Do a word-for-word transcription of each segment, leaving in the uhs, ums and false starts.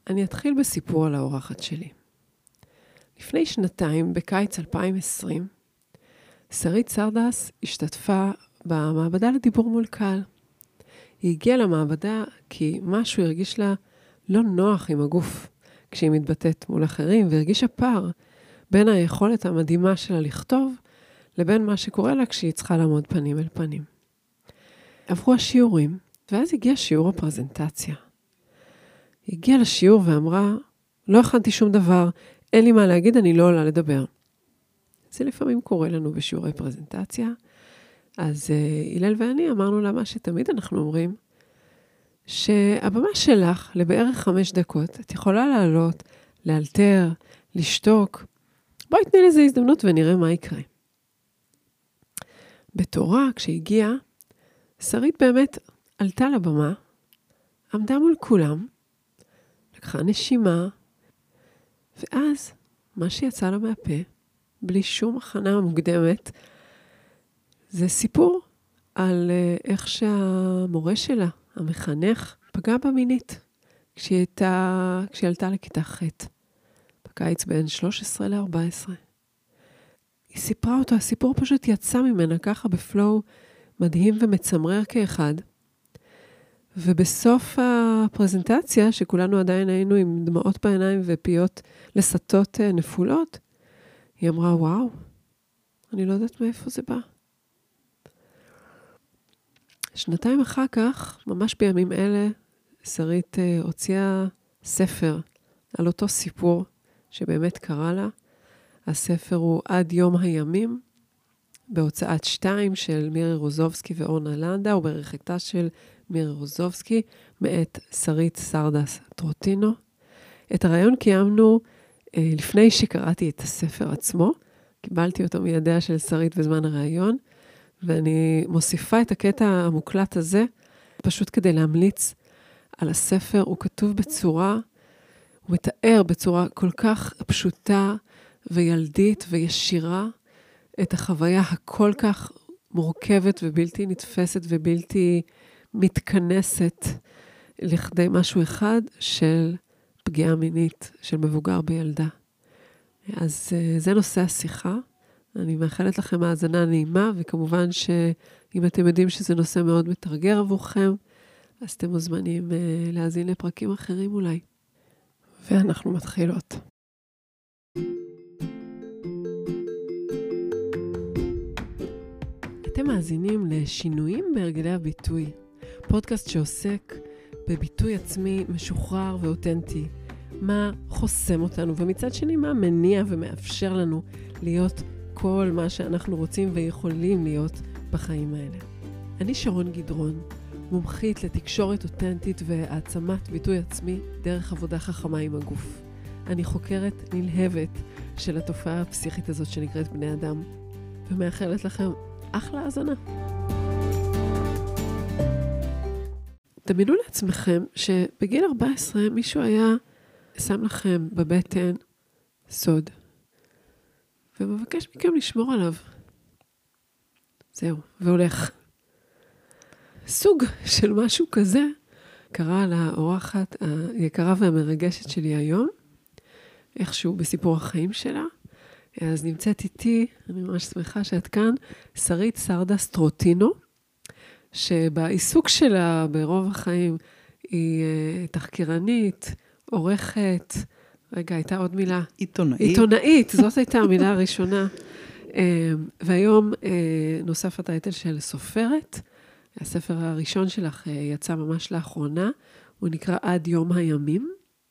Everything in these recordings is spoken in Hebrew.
אני אתחיל בסיפור על האורחת שלי. לפני שנתיים, בקיץ אלפיים ועשרים, שרית סרדס השתתפה במעבדה לדיבור מול קהל. היא הגיעה למעבדה כי משהו הרגיש לה לא נוח עם הגוף כשהיא מתבטאת מול אחרים, והרגישה פער בין היכולת המדהימה שלה לכתוב, לבין מה שקורה לה כשהיא צריכה לעמוד פנים אל פנים. עברו השיעורים, ואז הגיע שיעור הפרזנטציה. היא הגיעה לשיעור ואמרה, לא הכנתי שום דבר, אין לי מה להגיד, אני לא עולה לדבר. זה לפעמים קורה לנו בשיעורי פרזנטציה, אז uh, הלל ואני אמרנו לה מה שתמיד אנחנו אומרים, שהבמה שלך לבערך חמש דקות, את יכולה לעלות, לאלתר, לשתוק, בואי תני לזה הזדמנות ונראה מה יקרה. בתורה, כשהגיעה, שרית באמת עלתה לבמה, עמדה מול כולם, לקחה נשימה, ואז מה שיצא לה מהפה, בלי שום הכנה מוקדמת, זה סיפור על איך שהמורה שלה, המחנך, פגע בה מינית, כשהיא הייתה, כשהיא עלתה לכיתה ח', בקיץ בין שלוש עשרה לארבע עשרה. היא סיפרה אותו, הסיפור פשוט יצא ממנה ככה בפלואו מדהים ומצמרר כאחד, ובסוף הפרזנטציה, שכולנו עדיין היינו עם דמעות בעיניים ופיות לסטות נפולות, היא אמרה, וואו, אני לא יודעת מאיפה זה בא. שנתיים אחר כך, ממש בימים אלה, שרית הוציאה ספר על אותו סיפור שבאמת קרה לה. הספר הוא עד יום הימים, בהוצאת שתיים של מירי רוזובסקי ואורנה לנדה, ובעריכתה של מירי רוזובסקי, מאת שרית סרדס טרוטינו. את הרעיון קיימנו אה, לפני שקראתי את הספר עצמו, קיבלתי אותו מידיה של שרית בזמן הרעיון, ואני מוסיפה את הקטע המוקלט הזה, פשוט כדי להמליץ על הספר. הוא כתוב בצורה, הוא מתאר בצורה כל כך פשוטה וילדית וישירה, את החוויה הכל כך מורכבת ובלתי נתפסת ובלתי מתכנסת לכדי משהו אחד של פגיעה מינית של מבוגר בילדה. אז זה נושא השיחה. אני מאחלת לכם האזנה נעימה, וכמובן שאם אתם יודעים שזה נושא מאוד מתרגר עבורכם, אז אתם מוזמנים להאזין לפרקים אחרים אולי. ואנחנו מתחילות. אתם מאזינים לשינויים בהרגלי הביטוי, פודקאסט שעוסק בביטוי עצמי משוחרר ואותנטי, מה חוסם אותנו, ומצד שני מה מניע ומאפשר לנו להיות כל מה שאנחנו רוצים ויכולים להיות בחיים האלה. אני שרון גדרון, מומחית לתקשורת אותנטית והעצמת ביטוי עצמי דרך עבודה חכמה עם הגוף. אני חוקרת נלהבת של התופעה הפסיכית הזאת שנקראת בני אדם, ומאחלת לכם אחלה האזנה. דמיינו לעצמכם שבגיל ארבע עשרה מישהו היה שם לכם בבטן סוד, ומבקש מכם לשמור עליו. זהו, והולך. סוג של משהו כזה קרה לאורחת היקרה והמרגשת שלי היום, איכשהו בסיפור החיים שלה. אז נמצאת איתי, אני ממש שמחה שאת כאן, שרית סרדס טרוטינו, שבעיסוק שלה ברוב החיים היא תחקירנית, עורכת, רגע, הייתה עוד מילה. עיתונאית. עיתונאית, זאת הייתה המילה הראשונה. והיום נוסף הטייטל של סופרת. הספר הראשון שלך יצא ממש לאחרונה, הוא נקרא עד יום הימים.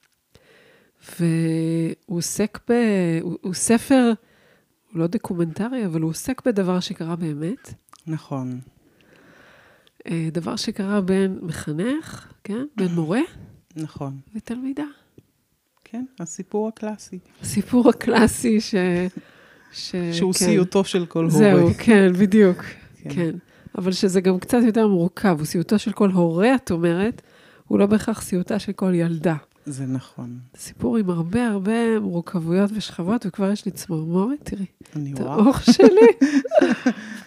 והוא עוסק ב... הוא, הוא ספר, הוא לא דוקומנטרי, אבל הוא עוסק בדבר שקרה באמת. נכון. דבר שקרה בין מחנך, כן? בין מורה. נכון. ותלמידה. כן, הסיפור הקלאסי. הסיפור הקלאסי ש... ש... שהוא כן. סיוטו של כל הורה. זהו, כן, בדיוק. כן. כן. אבל שזה גם קצת יותר מורכב. הוא סיוטו של כל הורה, את אומרת, הוא לא בהכרח סיוטה של כל ילדה. זה נכון. סיפור עם הרבה הרבה מורכבויות ושכבות, וכבר יש לי צמרמורת, תראי. אני את וואו. האוך שלי.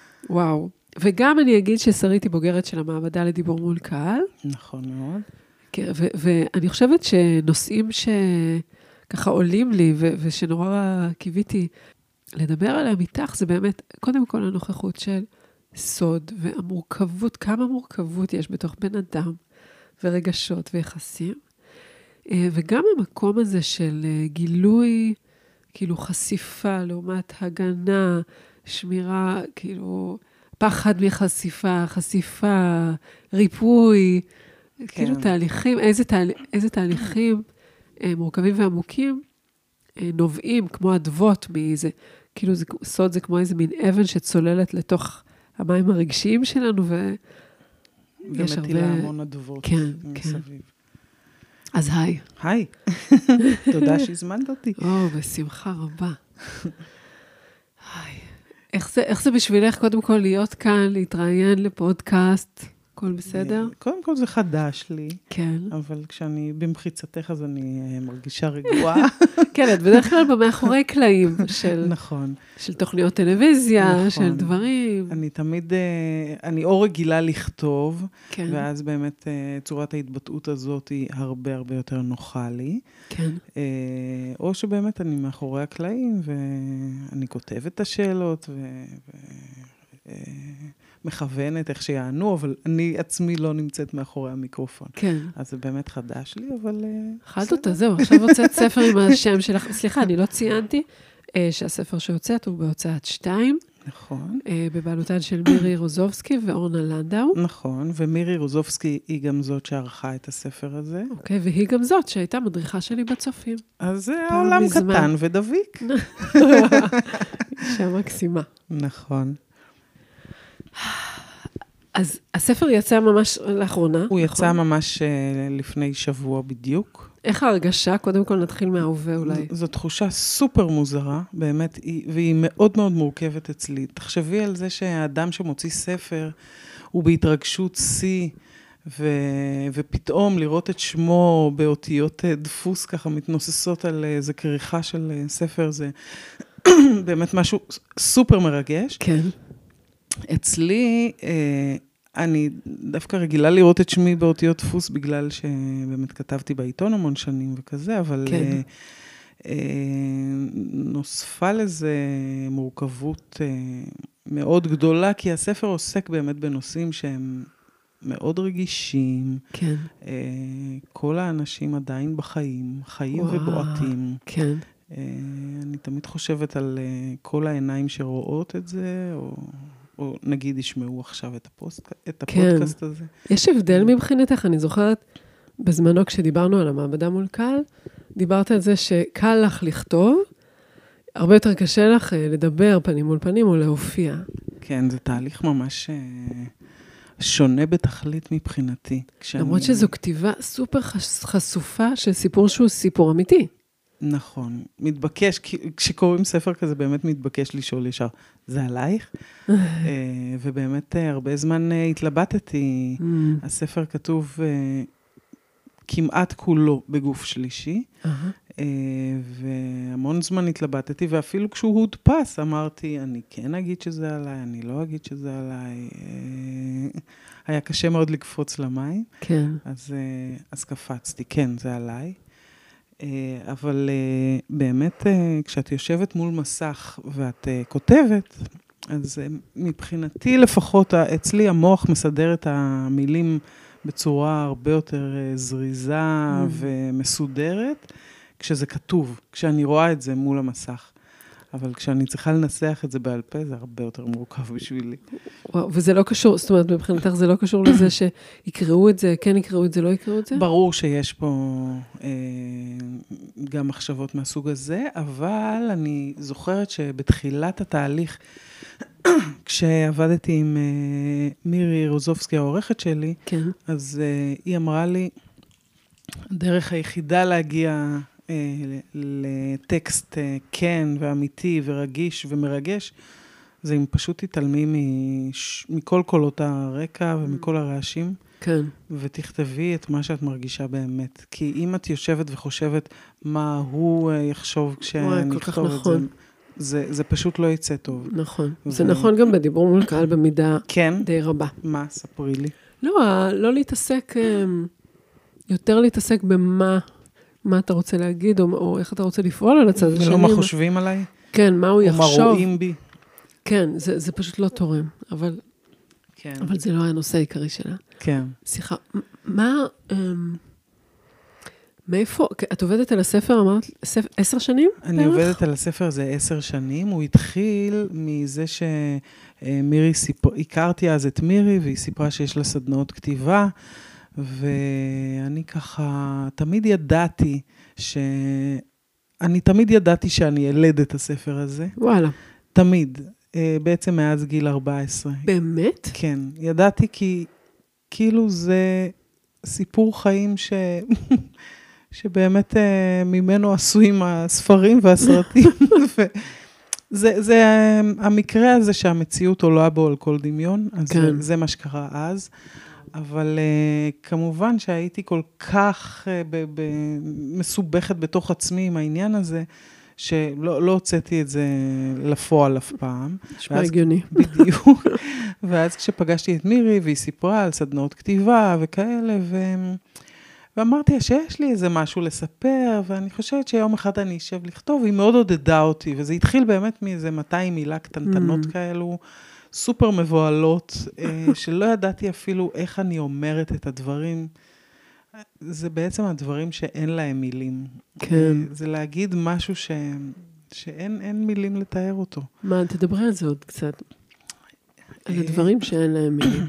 וואו. וגם אני אגיד ששרית היא בוגרת של המעבדה לדיבור מול קהל. נכון מאוד. כן, ואני חושבת שנושאים שככה עולים לי, ושנורא קיוויתי לדבר עליהם איתך, זה באמת, קודם כל הנוכחות של סוד, והמורכבות, כמה מורכבות יש בתוך בן אדם, ורגשות ויחסים, וגם המקום הזה של גילוי, כאילו חשיפה, לעומת הגנה, שמירה, כאילו, פחד מחשיפה, חשיפה, ריפוי, כן. כאילו תהליכים, איזה, תהל, איזה תהליכים מורכבים ועמוקים נובעים, כמו אדוות מאיזה, כאילו זה, סוד זה כמו איזה מין אבן שצוללת לתוך המים הרגשיים שלנו, ו... ומטילה הרבה... המון אדוות כן, מסביב. כן. אז היי. היי. תודה שהזמנת אותי. או, בשמחה רבה. היי. איך זה, איך זה בשבילך קודם כל להיות כאן, להתראיין לפודקאסט? הכל בסדר? קודם כל זה חדש לי. כן. אבל כשאני במחיצתך, אז אני מרגישה רגועה. כן, את בדרך כלל במאחורי קלעים של... נכון. של תוכניות טלוויזיה, של דברים. אני תמיד, אני או רגילה לכתוב, כן. ואז באמת צורת ההתבטאות הזאת היא הרבה הרבה יותר נוחה לי. כן. או שבאמת אני מאחורי הקלעים, ואני כותבת את השאלות, ו... מכוונת איך שיענו, אבל אני עצמי לא נמצאת מאחורי המיקרופון. כן. אז זה באמת חדש לי, אבל... חלת אותה, זהו, עכשיו הוצאת ספר עם השם שלך. סליחה, אני לא ציינתי שהספר שהוצאת הוא בהוצאת שתיים. נכון. בבעלותן של מירי רוזובסקי ואורנה לנדאו. נכון, ומירי רוזובסקי היא גם זאת שערכה את הספר הזה. אוקיי, והיא גם זאת שהייתה מדריכה שלי בצופים. אז זה העולם קטן ודביק. אישה מקסימה. נכון. אז הספר יצא ממש לאחרונה. הוא יצא ממש לפני שבוע בדיוק. איך ההרגשה? קודם כל נתחיל מההווה אולי. זו תחושה סופר מוזרה, באמת, והיא מאוד מאוד מורכבת אצלי. תחשבי על זה שהאדם שמוציא ספר, הוא בהתרגשות שיא, ו... ופתאום לראות את שמו באותיות דפוס ככה מתנוססות על איזה כריכה של ספר, זה באמת משהו סופר מרגש. כן. אצלי, אני דווקא רגילה לראות את שמי באותיות דפוס, בגלל שבאמת כתבתי בעיתון המון שנים וכזה, אבל כן. נוספה לזה מורכבות מאוד גדולה, כי הספר עוסק באמת בנושאים שהם מאוד רגישים. כן. כל האנשים עדיין בחיים, חיים וואו, ובועטים. כן. אני תמיד חושבת על כל העיניים שרואות את זה, או... או נגיד ישמעו עכשיו את, הפוסט, את הפודקאסט כן. הזה. יש הבדל מבחינתך, אני זוכרת, בזמנו כשדיברנו על המעבדה מול קל, דיברת על זה שקל לך לכתוב, הרבה יותר קשה לך לדבר פנים מול פנים או להופיע. כן, זה תהליך ממש שונה בתכלית מבחינתי. למרות כשאני... שזו כתיבה סופר חשופה של סיפור שהוא סיפור אמיתי. נכון, מתבקש, כשקוראים ספר כזה באמת מתבקש לשאול ישר, זה עלייך? ובאמת הרבה זמן התלבטתי, הספר כתוב כמעט כולו בגוף שלישי, והמון זמן התלבטתי, ואפילו כשהוא הודפס אמרתי, אני כן אגיד שזה עליי, אני לא אגיד שזה עליי, היה קשה מאוד לקפוץ למים, כן. אז, אז קפצתי, כן, זה עליי. אבל באמת, כשאת יושבת מול מסך ואת כותבת, אז מבחינתי לפחות, אצלי המוח מסדר את המילים בצורה הרבה יותר זריזה ומסודרת, כשזה כתוב, כשאני רואה את זה מול המסך. אבל כשאני צריכה לנסח את זה בעל פה, זה הרבה יותר מורכב בשבילי. וואו, וזה לא קשור, זאת אומרת, מבחינתך זה לא קשור לזה שיקראו את זה, כן יקראו את זה, לא יקראו את זה? ברור שיש פה אה, גם מחשבות מהסוג הזה, אבל אני זוכרת שבתחילת התהליך, כשעבדתי עם אה, מירי רוזובסקי, העורכת שלי, כן. אז אה, היא אמרה לי, הדרך היחידה להגיע... לטקסט כן ואמיתי ורגיש ומרגש, זה אם פשוט תתעלמי מכל קולות הרקע ומכל הרעשים, כן. ותכתבי את מה שאת מרגישה באמת. כי אם את יושבת וחושבת מה הוא יחשוב כשאני אכתוב את זה, זה, זה פשוט לא יצא טוב. נכון. ו... זה נכון גם בדיבור מול קהל במידה כן? די רבה. מה? ספרי לי. לא, לא להתעסק... יותר להתעסק במה מה אתה רוצה להגיד, או, או איך אתה רוצה לפעול על הצד השני. ולא מה חושבים עליי. כן, מה הוא יחשוב. או מה רואים בי. כן, זה, זה פשוט לא תורם, אבל, כן. אבל זה לא הנושא העיקרי שלה. כן. סליחה, מה, מאיפה, את עובדת על הספר, אמרת, עשר שנים? אני בערך? עובדת על הספר הזה עשר שנים, הוא התחיל מזה שמירי סיפר, הכרתי אז את מירי, והיא סיפרה שיש לה סדנאות כתיבה, ואני ככה, תמיד ידעתי ש... אני תמיד ידעתי שאני ילד את הספר הזה. וואלה. תמיד, בעצם מאז גיל ארבע עשרה. באמת? כן, ידעתי כי כאילו זה סיפור חיים ש... שבאמת ממנו עשויים הספרים והסרטים. זה, זה המקרה הזה שהמציאות עולה בו על כל דמיון, אז כן. זה, זה מה שקרה אז. אבל uh, כמובן שהייתי כל כך uh, ב- ב- מסובכת בתוך עצמי עם העניין הזה, שלא לא הוצאתי את זה לפועל אף פעם. נשמע הגיוני. בדיוק. ואז כשפגשתי את מירי, והיא סיפרה על סדנאות כתיבה וכאלה, ו... ואמרתי שיש לי איזה משהו לספר, ואני חושבת שיום אחד אני אשב לכתוב, והיא מאוד עודדה אותי, וזה התחיל באמת מאיזה מאתיים מילה קטנטנות mm. כאלו, סופר מבועלות, שלא ידעתי אפילו איך אני אומרת את הדברים. זה בעצם הדברים שאין להם מילים. כן. זה להגיד משהו ש... שאין אין מילים לתאר אותו. מה, תדברי על זה עוד קצת. על הדברים שאין להם מילים.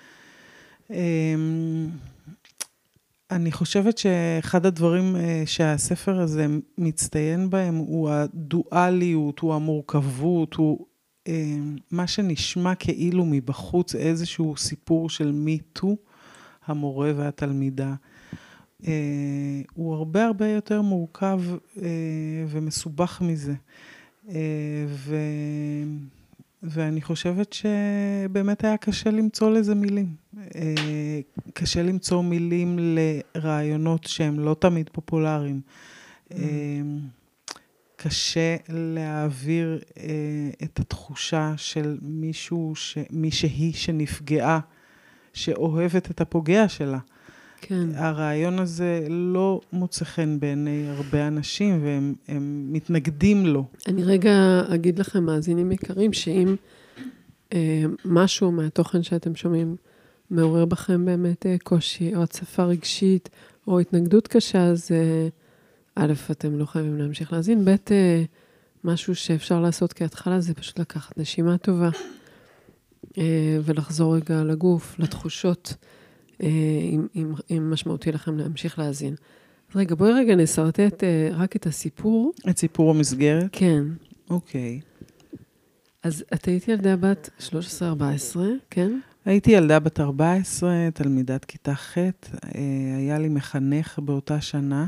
אני חושבת שאחד הדברים שהספר הזה מצטיין בהם הוא הדואליות, הוא המורכבות, הוא מה שנשמע כאילו מבחוץ איזשהו סיפור של מיטו, המורה והתלמידה. הוא הרבה הרבה יותר מורכב ומסובך מזה. ו... ואני חושבת שבאמת היה קשה למצוא לזה מילים. קשה למצוא מילים לרעיונות שהם לא תמיד פופולריים. קשה להעביר את התחושה של מישהו, מישהי שנפגעה, שאוהבת את הפוגע שלה. כן. הרעיון הזה לא מוצא חן בעיני הרבה אנשים, והם הם מתנגדים לו. אני רגע אגיד לכם, מאזינים יקרים, שאם אה, משהו מהתוכן שאתם שומעים מעורר בכם באמת אה, קושי, או הצפה רגשית, או התנגדות קשה, אז אה, א', אתם לא חייבים להמשיך להזין, ב', אה, משהו שאפשר לעשות כהתחלה, זה פשוט לקחת נשימה טובה, אה, ולחזור רגע לגוף, לתחושות, אם, אם, אם משמעותי לכם להמשיך להזין. אז רגע, בואי רגע נסרטט רק את הסיפור. את סיפור המסגרת? כן. אוקיי. אז את הייתי ילדה בת שלוש עשרה ארבע עשרה, כן? הייתי ילדה בת ארבע עשרה, תלמידת כיתה ח', היה לי מחנך באותה שנה.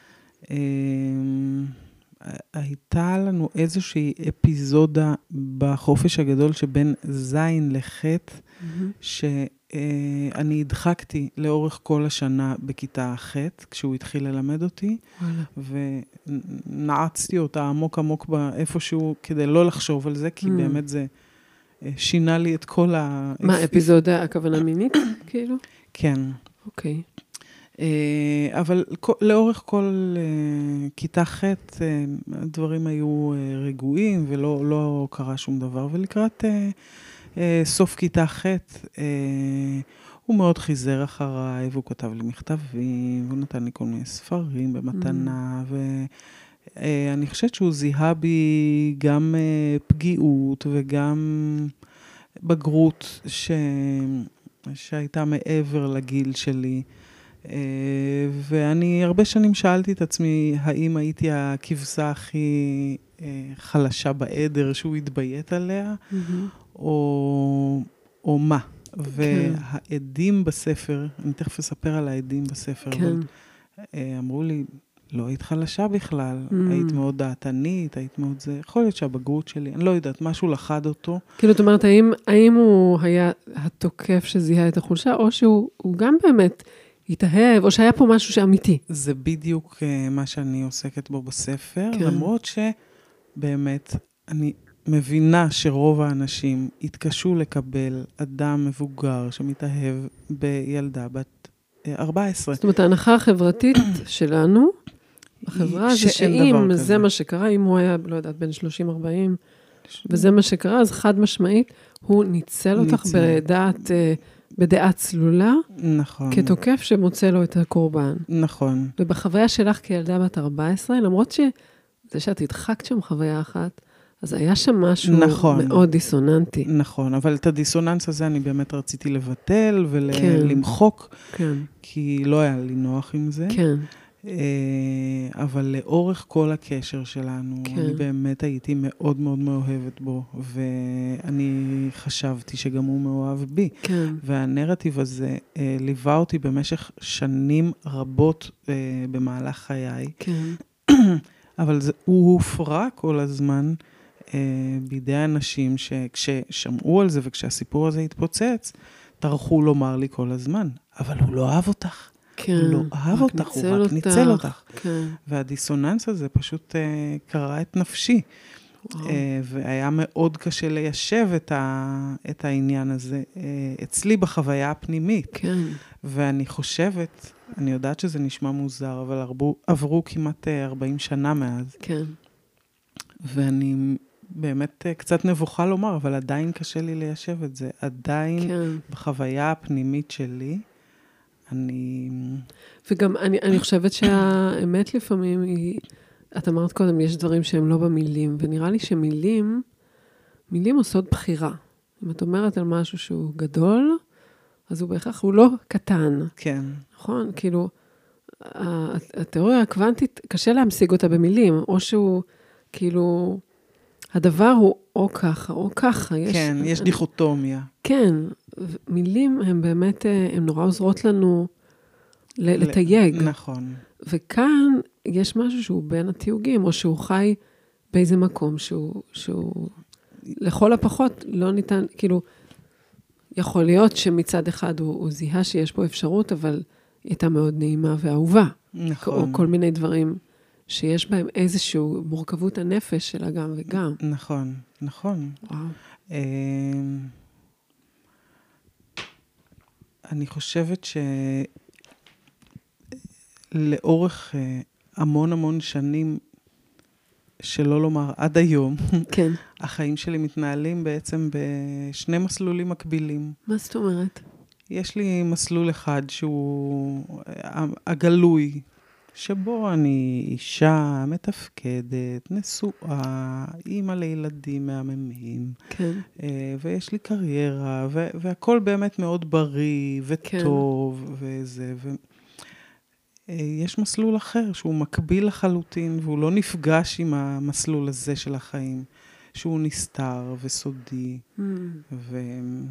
הייתה לנו איזושהי אפיזודה בחופש הגדול שבין זין לחטא, שאני הדחקתי לאורך כל השנה בכיתה ח' כשהוא התחיל ללמד אותי, ונעצתי אותה עמוק עמוק איפשהו כדי לא לחשוב על זה, כי באמת זה שינה לי את כל ה... מה, אפיזודה, הכוונה מינית, כאילו? כן. אוקיי. אבל לאורך כל כיתה ח' הדברים היו רגועים ולא לא קרה שום דבר, ולקראת סוף כיתה ח' הוא מאוד חיזר אחריי, והוא כתב לי מכתבים, והוא נתן לי כל מיני ספרים במתנה, ואני חושבת שהוא זיהה בי גם פגיעות וגם בגרות ש... שהייתה מעבר לגיל שלי. ואני הרבה שנים שאלתי את עצמי, האם הייתי הכבשה הכי חלשה בעדר שהוא התביית עליה, או, או מה. והעדים בספר, אני תכף אספר על העדים בספר, אבל אמרו לי, לא היית חלשה בכלל, היית מאוד דעתנית, היית מאוד זה, יכול להיות שהבגרות שלי, אני לא יודעת, משהו לחד אותו. כאילו, את אומרת, האם, האם הוא היה התוקף שזיהה את החולשה, או שהוא גם באמת התאהב, או שהיה פה משהו שאמיתי? זה בדיוק מה שאני עוסקת בו בספר, כן. למרות שבאמת אני מבינה שרוב האנשים התקשו לקבל אדם מבוגר שמתאהב בילדה בת ארבע עשרה. זאת אומרת, ההנחה החברתית שלנו, בחברה, זה שאם זה מה שקרה, אם הוא היה, לא יודעת, בין שלושים ארבעים, וזה מה שקרה, אז חד משמעית, הוא ניצל אותך בדעת, בדעה צלולה, נכון. כתוקף שמוצא לו את הקורבן. נכון. ובחוויה שלך כילדה בת ארבע עשרה, למרות שזה שאת הדחקת שם חוויה אחת, אז היה שם משהו נכון. מאוד דיסוננטי. נכון, אבל את הדיסוננס הזה אני באמת רציתי לבטל ולמחוק, כן. כי לא היה לי נוח עם זה. כן. אבל לאורך כל הקשר שלנו, כן. אני באמת הייתי מאוד מאוד מאוהבת בו, ואני חשבתי שגם הוא מאוהב בי. כן. והנרטיב הזה ליווה אותי במשך שנים רבות במהלך חיי. כן. אבל זה, הוא הופרע כל הזמן בידי אנשים שכששמעו על זה וכשהסיפור הזה התפוצץ, טרחו לומר לי כל הזמן, אבל הוא לא אהב אותך. כן, הוא לא אהב אותך, הוא רק אותך. ניצל אותך. כן. והדיסוננס הזה פשוט uh, קרא את נפשי. Uh, והיה מאוד קשה ליישב את, ה, את העניין הזה uh, אצלי בחוויה הפנימית. כן. ואני חושבת, אני יודעת שזה נשמע מוזר, אבל עברו, עברו כמעט ארבעים שנה מאז. כן. ואני באמת uh, קצת נבוכה לומר, אבל עדיין קשה לי ליישב את זה. עדיין כן. בחוויה הפנימית שלי, אני... וגם אני, אני חושבת שהאמת לפעמים היא, את אמרת קודם, יש דברים שהם לא במילים, ונראה לי שמילים, מילים עושות בחירה. אם את אומרת על משהו שהוא גדול, אז הוא בהכרח, הוא לא קטן. כן. נכון? כאילו, התיאוריה הקוונטית, קשה להמשיג אותה במילים, או שהוא, כאילו, הדבר הוא או ככה, או ככה. כן, יש, יש אני, דיכוטומיה. כן, מילים הן באמת, הן נורא עוזרות לנו לתייג. נכון. וכאן יש משהו שהוא בין התיוגים, או שהוא חי באיזה מקום שהוא, שהוא לכל הפחות לא ניתן, כאילו, יכול להיות שמצד אחד הוא, הוא זיהה שיש פה אפשרות, אבל היא הייתה מאוד נעימה ואהובה. נכון. או כל מיני דברים שיש בהם איזושהי מורכבות הנפש שלה גם וגם. נכון, נכון. וואו. אני חושבת שלאורך המון המון שנים, שלא לומר עד היום, כן. החיים שלי מתנהלים בעצם בשני מסלולים מקבילים. מה זאת אומרת? יש לי מסלול אחד שהוא הגלוי, שבו אני אישה מתפקדת, נשואה, אימא לילדים מהממים, כן. ויש לי קריירה, והכל באמת מאוד בריא וטוב, כן. וזה, ויש מסלול אחר שהוא מקביל לחלוטין, והוא לא נפגש עם המסלול הזה של החיים, שהוא נסתר וסודי, mm. ו...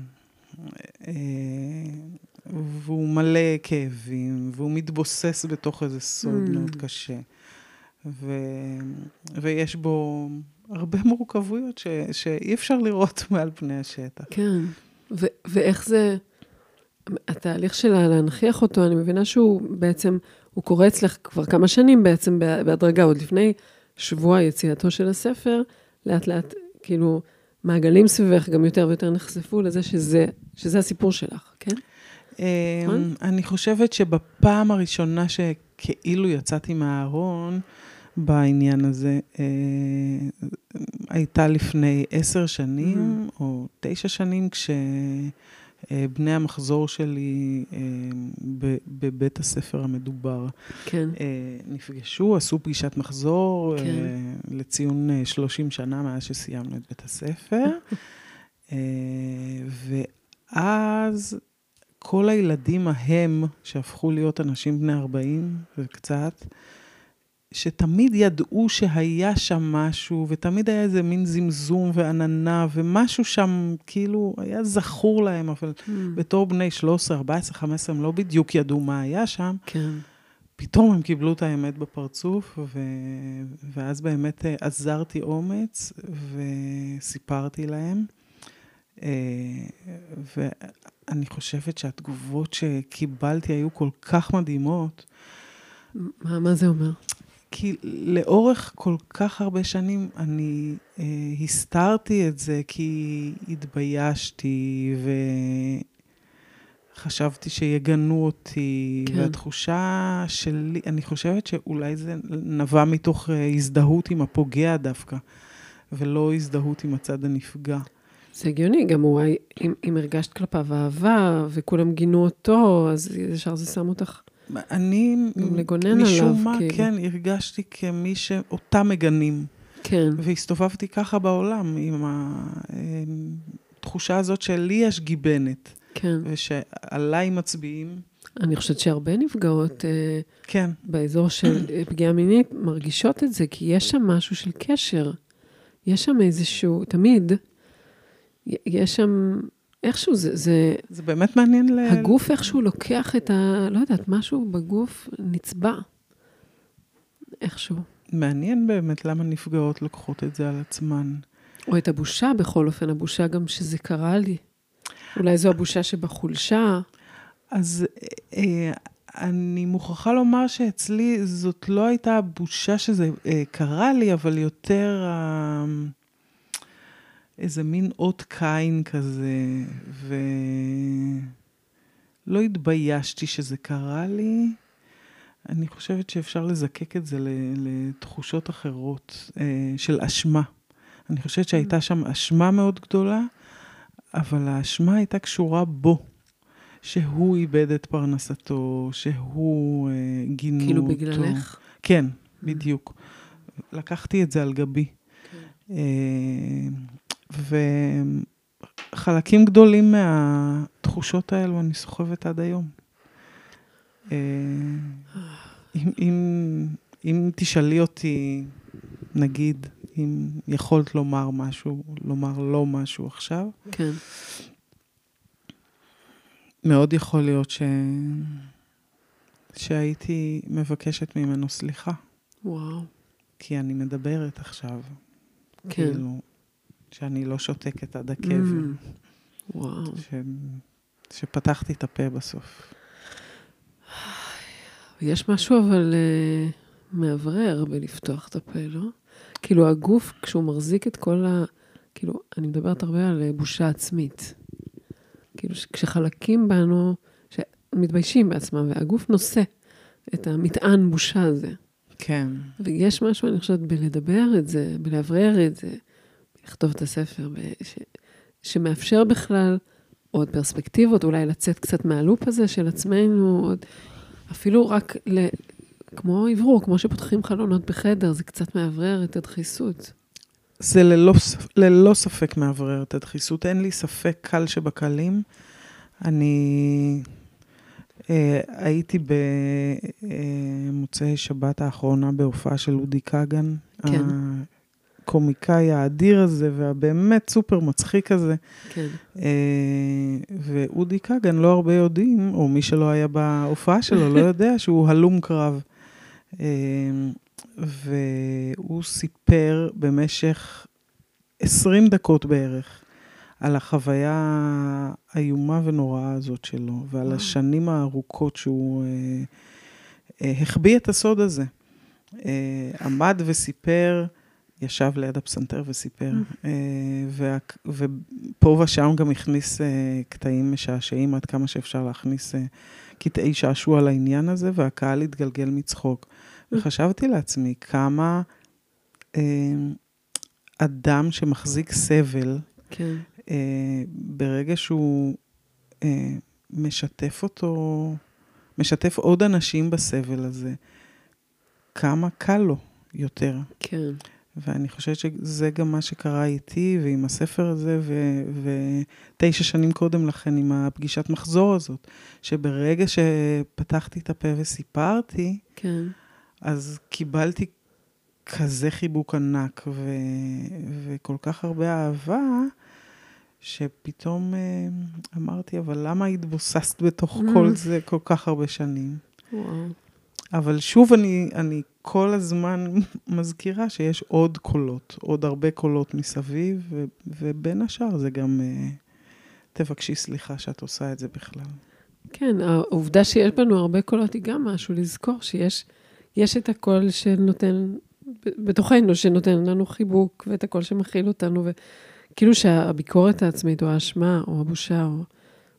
והוא מלא כאבים, והוא מתבוסס בתוך איזה סוד mm. מאוד קשה. ו... ויש בו הרבה מורכבויות ש... שאי אפשר לראות מעל פני השטח. כן, ו... ואיך זה, התהליך שלה להנחיח אותו, אני מבינה שהוא בעצם, הוא קורה אצלך כבר כמה שנים בעצם בהדרגה, עוד לפני שבוע יציאתו של הספר, לאט לאט כאילו מעגלים סביבך גם יותר ויותר נחשפו לזה שזה, שזה הסיפור שלך, כן? אני חושבת שבפעם הראשונה שכאילו יצאתי מהארון בעניין הזה, הייתה לפני עשר שנים או תשע שנים, כשבני המחזור שלי בבית הספר המדובר נפגשו, עשו פגישת מחזור לציון שלושים שנה מאז שסיימנו את בית הספר, ואז כל הילדים ההם, שהפכו להיות אנשים בני ארבעים וקצת, שתמיד ידעו שהיה שם משהו, ותמיד היה איזה מין זמזום ועננה, ומשהו שם כאילו היה זכור להם, אבל mm. בתור בני שלוש עשרה, ארבע עשרה, חמש עשרה, הם לא בדיוק ידעו מה היה שם. כן. פתאום הם קיבלו את האמת בפרצוף, ו... ואז באמת עזרתי אומץ, וסיפרתי להם. ו... אני חושבת שהתגובות שקיבלתי היו כל כך מדהימות. מה, מה זה אומר? כי לאורך כל כך הרבה שנים אני אה, הסתרתי את זה, כי התביישתי חשבתי שיגנו אותי, כן. והתחושה שלי, אני חושבת שאולי זה נבע מתוך הזדהות עם הפוגע דווקא, ולא הזדהות עם הצד הנפגע. זה הגיוני, גם הוא, אם, אם הרגשת כלפיו אהבה, וכולם גינו אותו, אז ישר זה שם אותך. אני, לגונן משום עליו, מה, כאילו. כן, הרגשתי כמי שאותם מגנים. כן. והסתובבתי ככה בעולם, עם התחושה הזאת שלי יש גיבנת. כן. ושעליי מצביעים. אני חושבת שהרבה נפגעות כן. באזור של פגיעה מינית מרגישות את זה, כי יש שם משהו של קשר. יש שם איזשהו, תמיד, יש שם, איכשהו זה, זה... זה באמת מעניין ל... הגוף איכשהו לוקח את ה... לא יודעת, משהו בגוף נצבע. איכשהו. מעניין באמת למה נפגעות לוקחות את זה על עצמן. או את הבושה, בכל אופן, הבושה גם שזה קרה לי. אולי זו הבושה שבחולשה. אז אה, אני מוכרחה לומר שאצלי זאת לא הייתה הבושה שזה אה, קרה לי, אבל יותר אה, איזה מין אות קין כזה, ולא התביישתי שזה קרה לי. אני חושבת שאפשר לזקק את זה לתחושות אחרות אה, של אשמה. אני חושבת שהייתה שם אשמה מאוד גדולה, אבל האשמה הייתה קשורה בו. שהוא איבד את פרנסתו, שהוא אה, גינו כאילו אותו. כאילו בגללך? כן, בדיוק. לקחתי את זה על גבי. כן. אה, וחלקים גדולים מהתחושות האלו אני סוחבת עד היום. אה, אם, אם, אם תשאלי אותי, נגיד, אם יכולת לומר משהו, לומר לא משהו עכשיו, כן. מאוד יכול להיות ש... שהייתי מבקשת ממנו סליחה. וואו. כי אני מדברת עכשיו. כן. כאילו, שאני לא שותקת עד הקבר. Mm. וואו. ש... שפתחתי את הפה בסוף. יש משהו אבל uh, מעברר בלפתוח את הפה, לא? כאילו הגוף, כשהוא מחזיק את כל ה... כאילו, אני מדברת הרבה על בושה עצמית. כאילו, כשחלקים בנו, שמתביישים בעצמם, והגוף נושא את המטען בושה הזה. כן. ויש משהו, אני חושבת, בלדבר את זה, בלעברר את זה, לכתוב את הספר, ש... שמאפשר בכלל עוד פרספקטיבות, אולי לצאת קצת מהלופ הזה של עצמנו, עוד... אפילו רק ל... כמו עברור, כמו שפותחים חלונות בחדר, זה קצת מעברר את הדחיסות. זה ללא, ללא ספק מעברר את הדחיסות. אין לי ספק קל שבקלים. אני אה, הייתי במוצאי שבת האחרונה בהופעה של אודי קגן. כן. הקומיקאי האדיר הזה, והבאמת סופר מצחיק הזה. כן. אה, ואודי קגן לא הרבה יודעים, או מי שלא היה בהופעה שלו לא יודע שהוא הלום קרב. אה, והוא סיפר במשך עשרים דקות בערך על החוויה האיומה ונוראה הזאת שלו, ועל השנים הארוכות שהוא אה, אה, החביא את הסוד הזה. אה, עמד וסיפר, ישב ליד הפסנתר וסיפר, אה, וה, ופה ושם גם הכניס אה, קטעים משעשעים, עד כמה שאפשר להכניס אה, קטעי שעשוע על העניין הזה, והקהל התגלגל מצחוק. וחשבתי לעצמי כמה אה, אדם שמחזיק סבל, כן. אה, ברגע שהוא אה, משתף אותו, משתף עוד אנשים בסבל הזה, כמה קל לו יותר. כן. ואני חושבת שזה גם מה שקרה איתי ועם הספר הזה, ו- ותשע שנים קודם לכן עם הפגישת מחזור הזאת, שברגע שפתחתי את הפה וסיפרתי, כן. אז קיבלתי כזה חיבוק ענק ו... וכל כך הרבה אהבה, שפתאום אמרתי, אבל למה התבוססת בתוך mm. כל זה כל כך הרבה שנים? וואו. אבל שוב אני, אני כל הזמן מזכירה שיש עוד קולות, עוד הרבה קולות מסביב, ו... ובין השאר זה גם תבקשי סליחה שאת עושה את זה בכלל. כן, העובדה שיש בנו הרבה קולות היא גם משהו לזכור שיש יש את הקול שנותן, בתוכנו, שנותן לנו חיבוק, ואת הקול שמכיל אותנו, וכאילו שהביקורת העצמית, או האשמה, או הבושה, או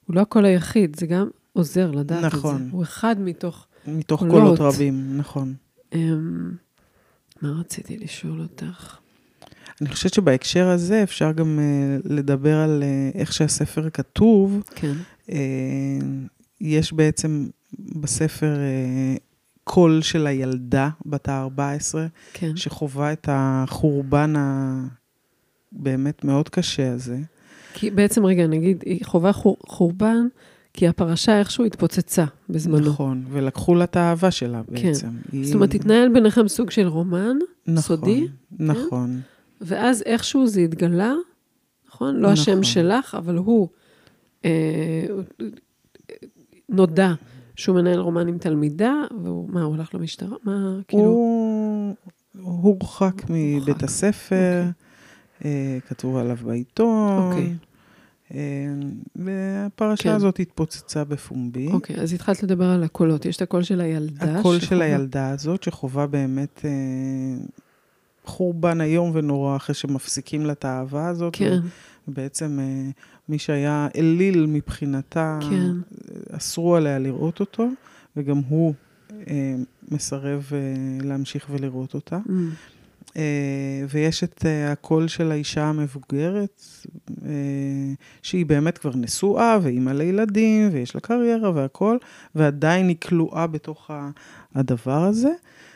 הוא לא הקול היחיד, זה גם עוזר לדעת נכון. את זה. הוא אחד מתוך מתוך קולות. קולות רבים, נכון. אמ, מה רציתי לשאול אותך? אני חושבת שבהקשר הזה אפשר גם uh, לדבר על uh, איך שהספר כתוב. כן. Uh, יש בעצם בספר uh, קול של הילדה בת ה-ארבע עשרה, כן. שחובה את החורבן הבאמת מאוד קשה הזה. כי בעצם, רגע, נגיד, היא חובה חור, חורבן, כי הפרשה איכשהו התפוצצה בזמנו. נכון, ולקחו לה את האהבה שלה בעצם. כן. היא... זאת אומרת, התנהל ביניכם סוג של רומן, נכון, סודי. נכון. כן? ואז איכשהו זה התגלה, נכון? לא נכון. השם שלך, אבל הוא אה, נודע שהוא מנהל רומן עם תלמידה, והוא, מה, הוא הולך למשטרה? מה, כאילו? הוא הורחק מבית הספר, אוקיי. כתבו עליו בעיתון. אוקיי. והפרשה כן. הזאת התפוצצה בפומבי. אוקיי, אז התחלת לדבר על הקולות. יש את הקול של הילדה. הקול שחובה... של הילדה הזאת, שחובה באמת אה, חורבן היום ונורא, אחרי שמפסיקים לה את האהבה הזאת. כן. ובעצם אה, מי שהיה אליל מבחינתה, כן. אסרו עליה לראות אותו, וגם הוא אה, מסרב אה, להמשיך ולראות אותה. Mm. ויש את הקול של האישה המבוגרת, שהיא באמת כבר נשואה, ואימא לילדים, ויש לה קריירה והכל, ועדיין היא כלואה בתוך הדבר הזה,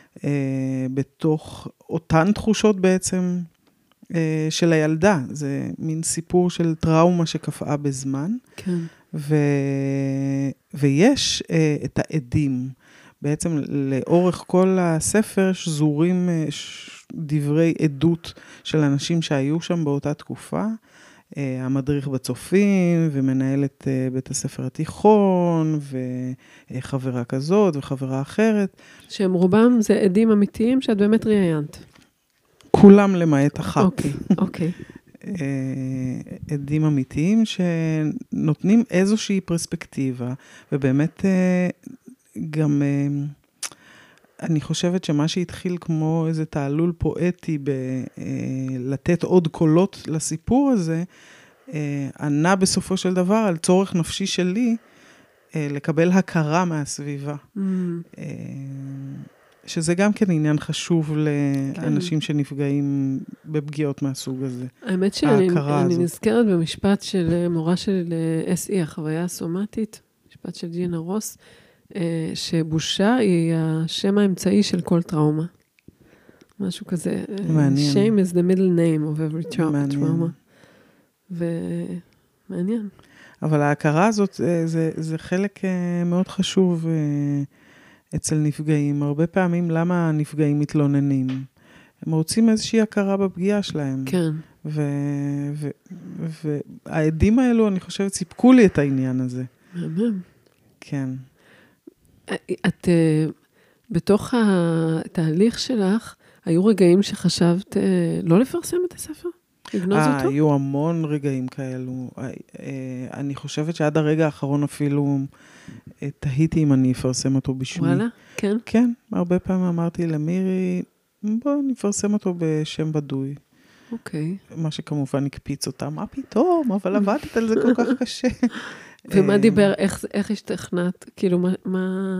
בתוך אותן תחושות בעצם של הילדה. זה מין סיפור של טראומה שקפאה בזמן. כן. ו... ויש את העדים. בעצם לאורך כל הספר שזורים דברי עדות של אנשים שהיו שם באותה תקופה, המדריך בצופים, ומנהלת בית הספר התיכון, וחברה כזאת וחברה אחרת. שהם רובם זה עדים אמיתיים שאת באמת ראיינת. כולם למעט אחת. אוקיי, אוקיי. עדים אמיתיים שנותנים איזושהי פרספקטיבה, ובאמת גם... אני חושבת שמה שהתחיל כמו איזה תעלול פואטי בלתת עוד קולות לסיפור הזה, ענה בסופו של דבר על צורך נפשי שלי לקבל הכרה מהסביבה. Mm. שזה גם כן עניין חשוב לאנשים כן. שנפגעים בפגיעות מהסוג הזה. האמת שאני אני נזכרת במשפט של מורה של אס אי, החוויה הסומטית, משפט של ג'ינה רוס, שבושה היא השם האמצעי של כל טראומה. משהו כזה. מעניין. Shame is the middle name of every trauma. ומעניין. אבל ההכרה הזאת, זה, זה חלק מאוד חשוב אצל נפגעים. הרבה פעמים, למה הנפגעים מתלוננים? הם רוצים איזושהי הכרה בפגיעה שלהם. כן. והעדים האלו, אני חושבת, סיפקו לי את העניין הזה. מהמם. כן. את, בתוך התהליך שלך, היו רגעים שחשבת לא לפרסם את הספר? לגנוז אותו? היו המון רגעים כאלו. אני חושבת שעד הרגע האחרון אפילו תהיתי אם אני אפרסם אותו בשמי. וואלה? כן? כן, הרבה פעמים אמרתי למירי, בוא נפרסם אותו בשם בדוי. אוקיי. מה שכמובן הקפיץ אותה, מה פתאום? אבל עבדת על זה כל כך קשה. ומה דיבר, איך, איך השתכנעת? כאילו, מה... מה...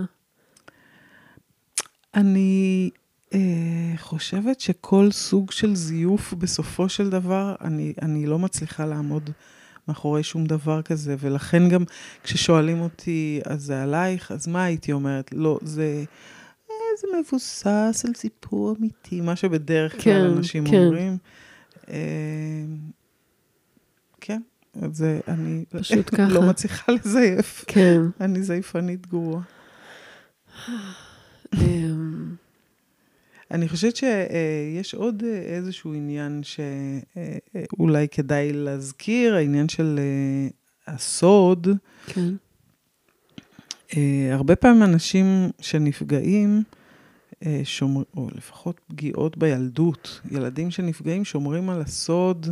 אני אה, חושבת שכל סוג של זיוף בסופו של דבר, אני, אני לא מצליחה לעמוד מאחורי שום דבר כזה, ולכן גם כששואלים אותי, אז זה עלייך, אז מה הייתי אומרת? לא, זה, אה, זה מבוסס על סיפור אמיתי, מה שבדרך כלל כן, אנשים כן. אומרים. אה, כן. אז אני פשוט ככה. לא מצליחה לזייף. כן. אני זייפנית גרועה. אני חושבת שיש עוד איזשהו עניין שאולי כדאי להזכיר, העניין של הסוד. כן. הרבה פעמים אנשים שנפגעים, שומר, או לפחות פגיעות בילדות, ילדים שנפגעים שומרים על הסוד,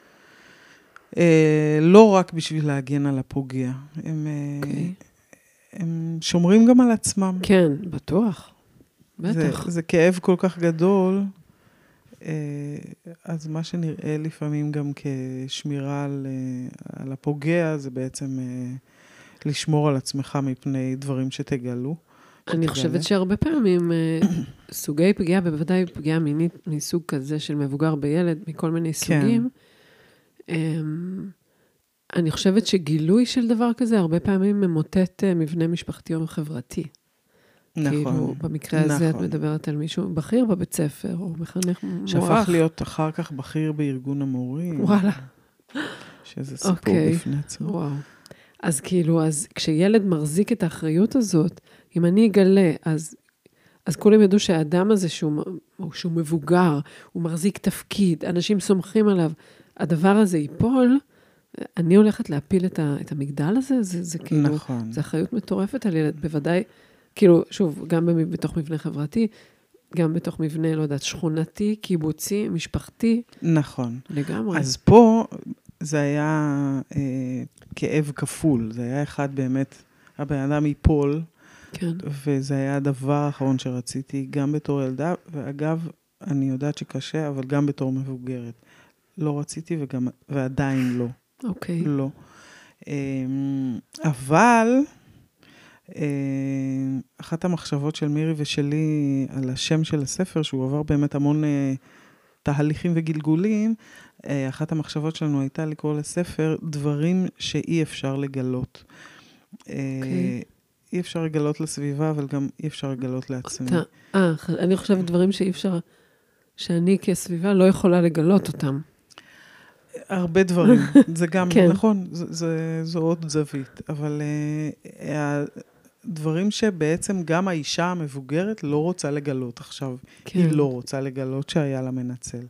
לא רק בשביל להגן על הפוגע. הם, okay. הם שומרים גם על עצמם. כן, בטוח. בטח. זה, זה כאב כל כך גדול, אז מה שנראה לפעמים גם כשמירה על, על הפוגע, זה בעצם לשמור על עצמך מפני דברים שתגלו. אני חושבת שהרבה פעמים סוגי פגיעה, בוודאי פגיעה מינית מסוג כזה של מבוגר בילד, מכל מיני סוגים, אני חושבת שגילוי של דבר כזה, הרבה פעמים ממוטט מבנה משפחתי או חברתי. נכון. כאילו, במקרה הזה את מדברת על מישהו בכיר בבית ספר, או מחנך מוערך. שהפך להיות אחר כך בכיר בארגון המורים. וואלה. שזה סיפור בפני עצמו. וואו. אז כאילו, אז כשילד מחזיק את האחריות הזאת, אם אני אגלה, אז, אז כולם ידעו שהאדם הזה שהוא, שהוא מבוגר, הוא מחזיק תפקיד, אנשים סומכים עליו, הדבר הזה ייפול, אני הולכת להפיל את, ה, את המגדל הזה, זה, זה כאילו, נכון. זה אחריות מטורפת על ילד, בוודאי, כאילו, שוב, גם בתוך מבנה חברתי, גם בתוך מבנה, לא יודעת, שכונתי, קיבוצי, משפחתי. נכון. לגמרי. אז פה זה היה אה, כאב כפול, זה היה אחד באמת, הבן אדם ייפול, כן. וזה היה הדבר האחרון שרציתי, גם בתור ילדה, ואגב, אני יודעת שקשה, אבל גם בתור מבוגרת. לא רציתי וגם, ועדיין לא. אוקיי. לא. אבל, אחת המחשבות של מירי ושלי על השם של הספר, שהוא עבר באמת המון תהליכים וגלגולים, אחת המחשבות שלנו הייתה לקרוא לספר דברים שאי אפשר לגלות. אוקיי. אי אפשר לגלות לסביבה, אבל גם אי אפשר לגלות לעצמי. אה, אני חושבת דברים שאי אפשר, שאני כסביבה לא יכולה לגלות אותם. הרבה דברים, זה גם, כן. נכון, זה, זה, זו עוד זווית, אבל uh, הדברים שבעצם גם האישה המבוגרת לא רוצה לגלות עכשיו, כן. היא לא רוצה לגלות שהיה לה מנצל.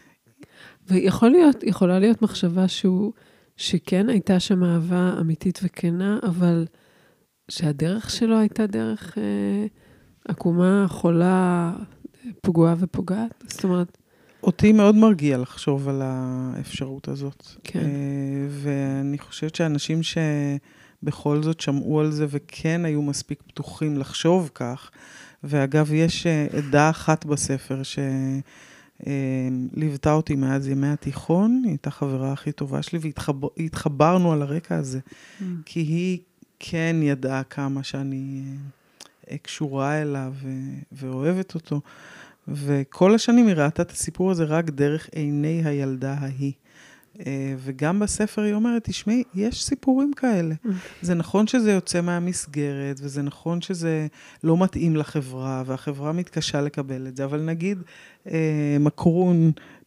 ויכול להיות, יכולה להיות מחשבה שהוא, שכן הייתה שם אהבה אמיתית וכנה, אבל שהדרך שלו הייתה דרך אה, עקומה, חולה, פגועה ופוגעת, זאת אומרת, אותי מאוד מרגיע לחשוב על האפשרות הזאת. כן. ואני חושבת שאנשים שבכל זאת שמעו על זה וכן היו מספיק פתוחים לחשוב כך, ואגב, יש עדה אחת בספר שליוותה אותי מאז ימי התיכון, היא הייתה חברה הכי טובה שלי, והתחברנו על הרקע הזה, mm. כי היא כן ידעה כמה שאני קשורה אליו ואוהבת אותו, וכל השנים היא ראתה את הסיפור הזה רק דרך עיני הילדה ההיא. וגם בספר היא אומרת, תשמעי, יש סיפורים כאלה. זה נכון שזה יוצא מהמסגרת, וזה נכון שזה לא מתאים לחברה, והחברה מתקשה לקבל את זה, אבל נגיד מקרון,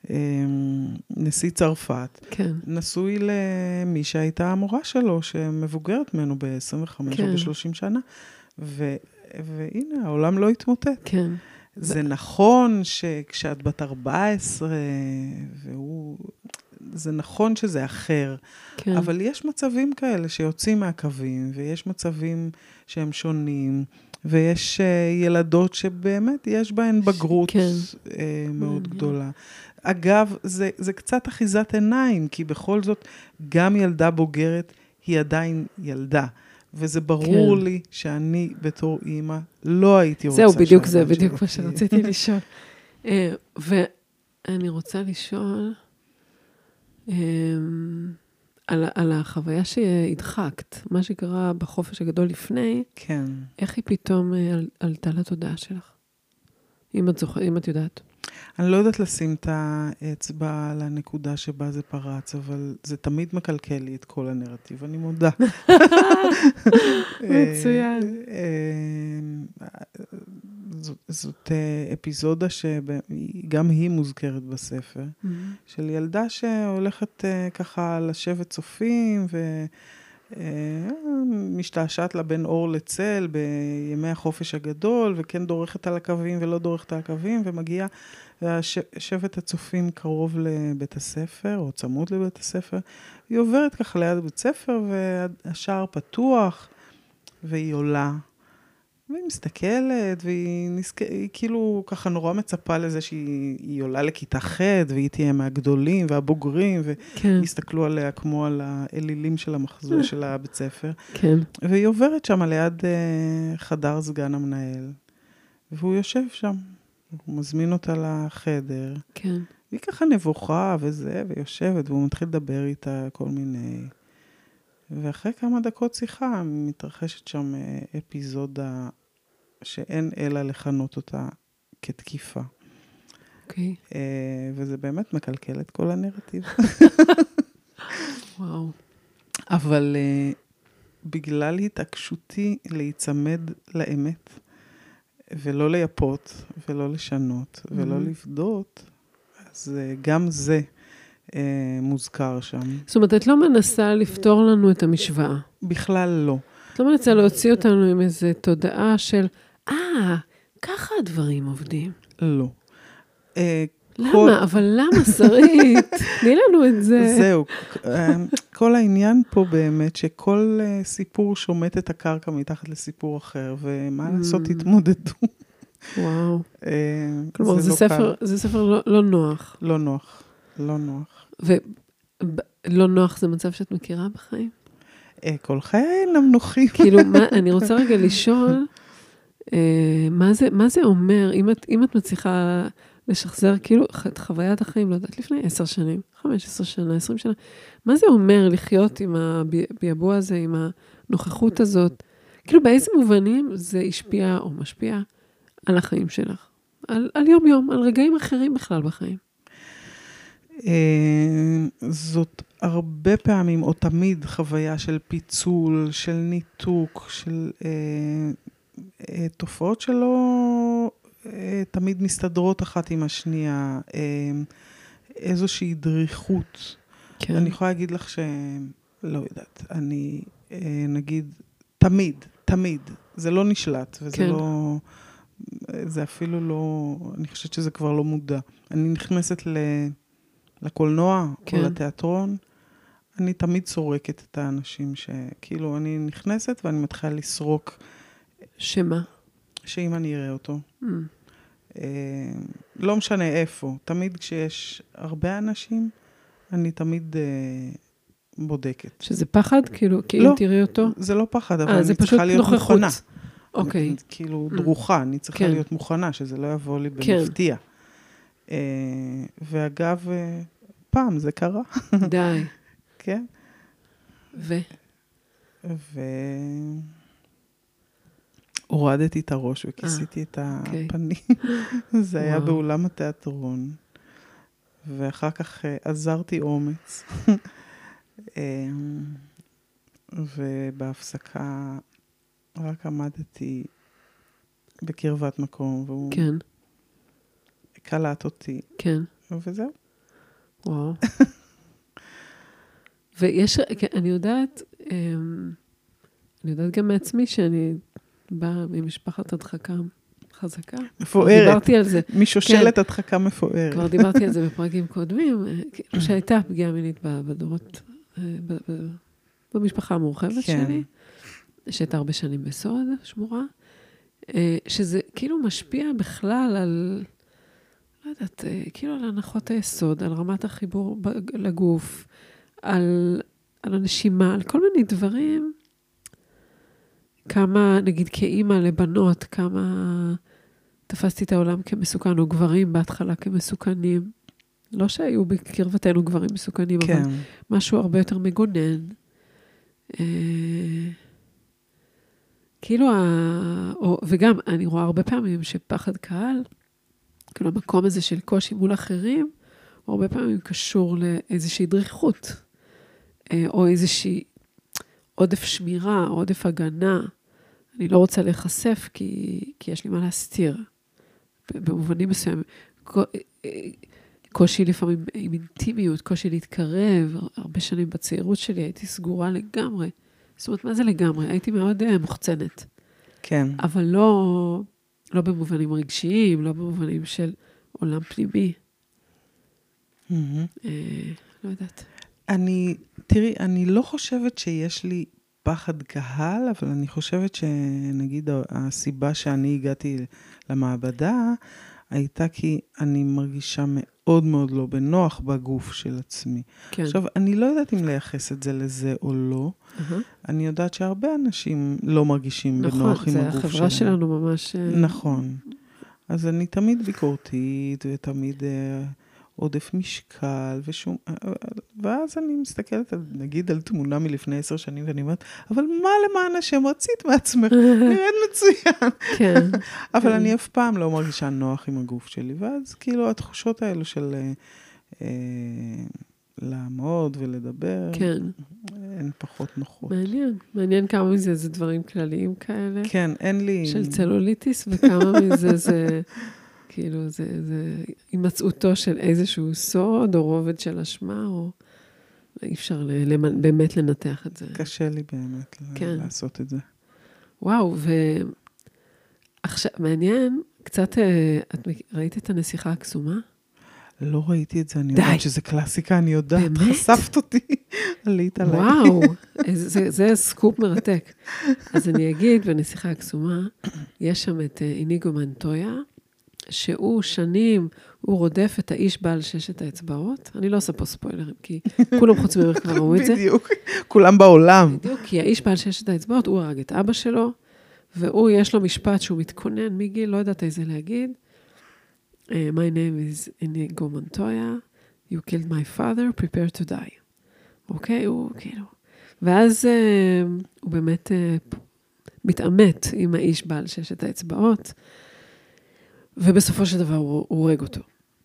נשיא צרפת, כן. נשוי למי שהייתה המורה שלו, שמבוגרת ממנו ב-עשרים וחמש או ב-שלושים שנה, ו- והנה, העולם לא התמוטט. כן. זה נכון שכשאת בת ארבע עשרה, והוא, זה נכון שזה אחר, כן. אבל יש מצבים כאלה שיוצאים מהקווים, ויש מצבים שהם שונים, ויש ילדות שבאמת יש בהן בגרות כן. מאוד גדולה. אגב, זה, זה קצת אחיזת עיניים, כי בכל זאת, גם ילדה בוגרת היא עדיין ילדה. וזה ברור כן. לי שאני בתור אימא לא הייתי רוצה... זהו, בדיוק זה, בדיוק מה שרציתי לשאול. ואני רוצה לשאול על, על החוויה שהדחקת, מה שקרה בחופש הגדול לפני, כן. איך היא פתאום על, עלתה לתודעה שלך? אם את, זוכ... אם את יודעת. אני לא יודעת לשים את האצבע על הנקודה שבה זה פרץ, אבל זה תמיד מקלקל לי את כל הנרטיב, אני מודה. מצוין. זאת אפיזודה שגם היא מוזכרת בספר, של ילדה שהולכת ככה לשבת צופים, ומשתעשעת לה בין אור לצל בימי החופש הגדול, וכן דורכת על הקווים ולא דורכת על הקווים, ומגיעה שבט הצופים קרוב לבית הספר, או צמוד לבית הספר. היא עוברת ככה ליד בית הספר, והשער פתוח, והיא עולה. והיא מסתכלת, והיא נסק... היא כאילו ככה נורא מצפה לזה שהיא עולה לכיתה ח' והיא תהיה מהגדולים והבוגרים, ויסתכלו עליה כמו על האלילים של המחזור של הבית ספר. כן. והיא עוברת שם ליד חדר סגן המנהל, והוא יושב שם. הוא מזמין אותה לחדר. כן. והיא ככה נבוכה וזה, ויושבת, והוא מתחיל לדבר איתה כל מיני... ואחרי כמה דקות שיחה, מתרחשת שם אפיזודה שאין אלא לכנות אותה כתקיפה. אוקיי. וזה באמת מקלקל את כל הנרטיב. וואו. אבל בגלל התעקשותי להיצמד לאמת, ולא לייפות, ולא לשנות, ולא לבדות, אז גם זה מוזכר שם. זאת אומרת, את לא מנסה לפתור לנו את המשוואה. בכלל לא. את לא מנסה להוציא אותנו עם איזו תודעה של, אה, ככה הדברים עובדים. לא. למה? כל... אבל למה, שרית? תני לנו את זה. זהו. כל העניין פה באמת, שכל סיפור שומט את הקרקע מתחת לסיפור אחר, ומה לעשות התמודדו. וואו. כלומר, זה, זה, לא ספר, זה ספר לא, לא נוח. לא נוח. לא נוח. ולא נוח זה מצב שאת מכירה בחיים? כל חיי אינם נוחים. כאילו, מה, אני רוצה רגע לשאול, מה זה, מה זה אומר, אם את, אם את מצליחה לשחזר, כאילו, את חוויית החיים, לא יודעת, לפני עשר שנים, חמש עשרה שנה, עשרים שנה, מה זה אומר לחיות עם הביאבוע הזה, עם הנוכחות הזאת? כאילו, באיזה מובנים זה השפיע או משפיע על החיים שלך? על, על יום יום, על רגעים אחרים בכלל בחיים. זאת הרבה פעמים, או תמיד, חוויה של פיצול, של ניתוק, של תופעות שלא תמיד מסתדרות אחת עם השנייה, איזושהי דריכות. כן. אני יכולה להגיד לך שלא יודעת, אני נגיד תמיד, תמיד, זה לא נשלט, וזה כן. לא, זה אפילו לא, אני חושבת שזה כבר לא מודע. אני נכנסת ל... לקולנוע כן. או לתיאטרון, אני תמיד סורקת את האנשים שכאילו אני נכנסת ואני מתחילה לסרוק. שמה? שאם אני אראה אותו. Mm. אה, לא משנה איפה. תמיד כשיש הרבה אנשים, אני תמיד אה, בודקת. שזה פחד? כאילו, כי לא, אם תראי אותו? זה לא פחד, אבל 아, אני צריכה להיות נוכחות. מוכנה. אוקיי. אני, כאילו mm. דרוכה, אני צריכה כן. להיות מוכנה, שזה לא יבוא לי במפתיע. כן. ואגב, פעם זה קרה. די. כן. ו? ו... הורדתי את הראש וכיסיתי את הפנים. זה היה באולם התיאטרון. ואחר כך עזרתי אומץ. ובהפסקה רק עמדתי בקרבת מקום, והוא... כן. קלט אותי. כן. וזהו. וואו. ויש, אני יודעת, אני יודעת גם מעצמי שאני באה ממשפחת הדחקה חזקה. מפוארת. דיברתי על זה. משושלת הדחקה מפוארת. כבר דיברתי על זה בפרקים קודמים, שהייתה פגיעה מינית בדורות, במשפחה המורחבת שלי, שהייתה הרבה שנים בסוד, שמורה, שזה כאילו משפיע בכלל על... לא יודעת, כאילו על הנחות היסוד, על רמת החיבור לגוף, על, על הנשימה, על כל מיני דברים, כמה, נגיד כאימא לבנות, כמה תפסתי את העולם כמסוכן, או גברים בהתחלה כמסוכנים, לא שהיו בקרבתנו גברים מסוכנים, כן. אבל משהו הרבה יותר מגונן. כאילו, ה... או, וגם אני רואה הרבה פעמים שפחד קהל, כאילו המקום הזה של קושי מול אחרים, הוא הרבה פעמים קשור לאיזושהי דריכות, או איזושהי עודף שמירה, עודף הגנה. אני לא רוצה להיחשף, כי, כי יש לי מה להסתיר. במובנים מסוימים, קושי לפעמים עם אינטימיות, קושי להתקרב, הרבה שנים בצעירות שלי הייתי סגורה לגמרי. זאת אומרת, מה זה לגמרי? הייתי מאוד uh, מוחצנת. כן. אבל לא... לא במובנים רגשיים, לא במובנים של עולם פנימי. Mm-hmm. אה, לא יודעת. אני, תראי, אני לא חושבת שיש לי פחד קהל, אבל אני חושבת שנגיד הסיבה שאני הגעתי למעבדה, הייתה כי אני מרגישה מאוד מאוד לא בנוח בגוף של עצמי. כן. עכשיו, אני לא יודעת אם לייחס את זה לזה או לא. Uh-huh. אני יודעת שהרבה אנשים לא מרגישים נכון, בנוח עם הגוף שלהם. נכון, זה החברה שלנו ממש... נכון. אז אני תמיד ביקורתית, ותמיד uh, עודף משקל ושום... ואז אני מסתכלת, נגיד, על תמונה מלפני עשר שנים, ואני אומרת, אבל מה למען השם רצית מעצמך? נראית מצוין. כן. אבל אני אף פעם לא מרגישה נוח עם הגוף שלי, ואז כאילו התחושות האלו של אה, לעמוד ולדבר, כן. הן פחות נוחות. מעניין. מעניין כמה מזה זה דברים כלליים כאלה. כן, אין לי... של צלוליטיס, וכמה מזה זה... כאילו, זה, זה הימצאותו של איזשהו סוד, או רובד של אשמה, או אי אפשר ל- באמת לנתח את זה. קשה לי באמת כן. לעשות את זה. וואו, ועכשיו, מעניין, קצת, את ראית את הנסיכה הקסומה? לא ראיתי את זה, אני יודעת שזה קלאסיקה, אני יודעת, באמת? חשפת אותי, עלית עליי. וואו, זה, זה סקופ מרתק. אז אני אגיד, בנסיכה הקסומה, יש שם את איניגו מנטויה, שהוא שנים, הוא רודף את האיש בעל ששת האצבעות. אני לא עושה פה ספוילרים, כי כולם חוץ ממך כבר ראו את זה. בדיוק, כולם בעולם. בדיוק, כי האיש בעל ששת האצבעות, הוא הרג את אבא שלו, והוא, יש לו משפט שהוא מתכונן מגיל, לא יודעת איזה להגיד. Uh, my name is Inigo Montoya, you killed my father, prepare to die. אוקיי, okay, הוא כאילו. ואז uh, הוא באמת uh, מתעמת עם האיש בעל ששת האצבעות, ובסופו של דבר הוא הורג אותו.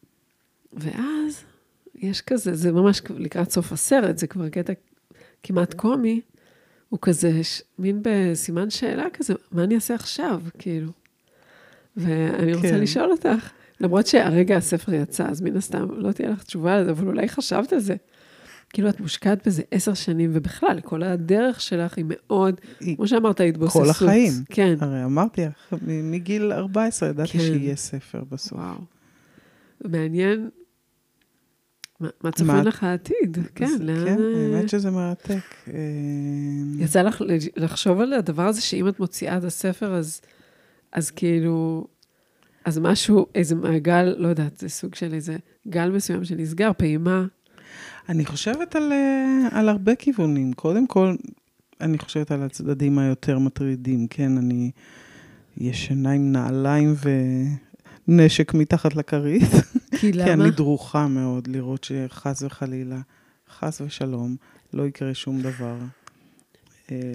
ואז יש כזה, זה ממש לקראת סוף הסרט, זה כבר קטע כמעט קומי, הוא כזה מין בסימן שאלה כזה, מה אני אעשה עכשיו, כאילו? ואני רוצה כן. לשאול אותך, למרות שהרגע הספר יצא, אז מן הסתם לא תהיה לך תשובה לזה, אבל אולי חשבת על זה. כאילו את מושקעת בזה עשר שנים, ובכלל, כל הדרך שלך היא מאוד, היא כמו שאמרת, התבוססות. כל החיים. כן. הרי אמרתי לך, מגיל ארבע עשרה ידעתי כן. שיהיה ספר בסוף. וואו. מעניין, מה צפון לך העתיד? כן, לאן... כן, האמת שזה מרתק. יצא לך לחשוב על הדבר הזה, שאם את מוציאה את הספר, אז, אז כאילו, אז משהו, איזה מעגל, לא יודעת, זה סוג של איזה גל מסוים שנסגר, פעימה. אני חושבת על, על הרבה כיוונים. קודם כל, אני חושבת על הצדדים היותר מטרידים. כן, אני ישנה עם נעליים ונשק מתחת לכרית. כי למה? כי אני דרוכה מאוד לראות שחס וחלילה, חס ושלום, לא יקרה שום דבר. אה,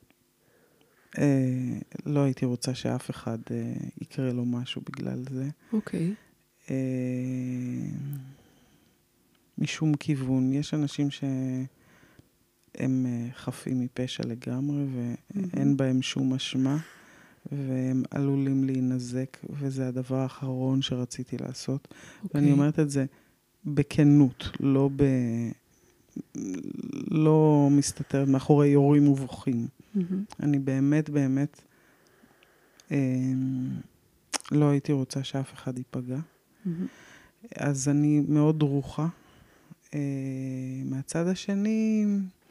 אה, לא הייתי רוצה שאף אחד אה, יקרה לו משהו בגלל זה. אוקיי. אה, משום כיוון. יש אנשים שהם חפים מפשע לגמרי, ואין בהם שום אשמה, והם עלולים להינזק, וזה הדבר האחרון שרציתי לעשות. Okay. ואני אומרת את זה בכנות, לא, ב... לא מסתתרת מאחורי יורים ובוכים. Mm-hmm. אני באמת, באמת, אה, לא הייתי רוצה שאף אחד ייפגע. Mm-hmm. אז אני מאוד דרוכה. Uh, מהצד השני,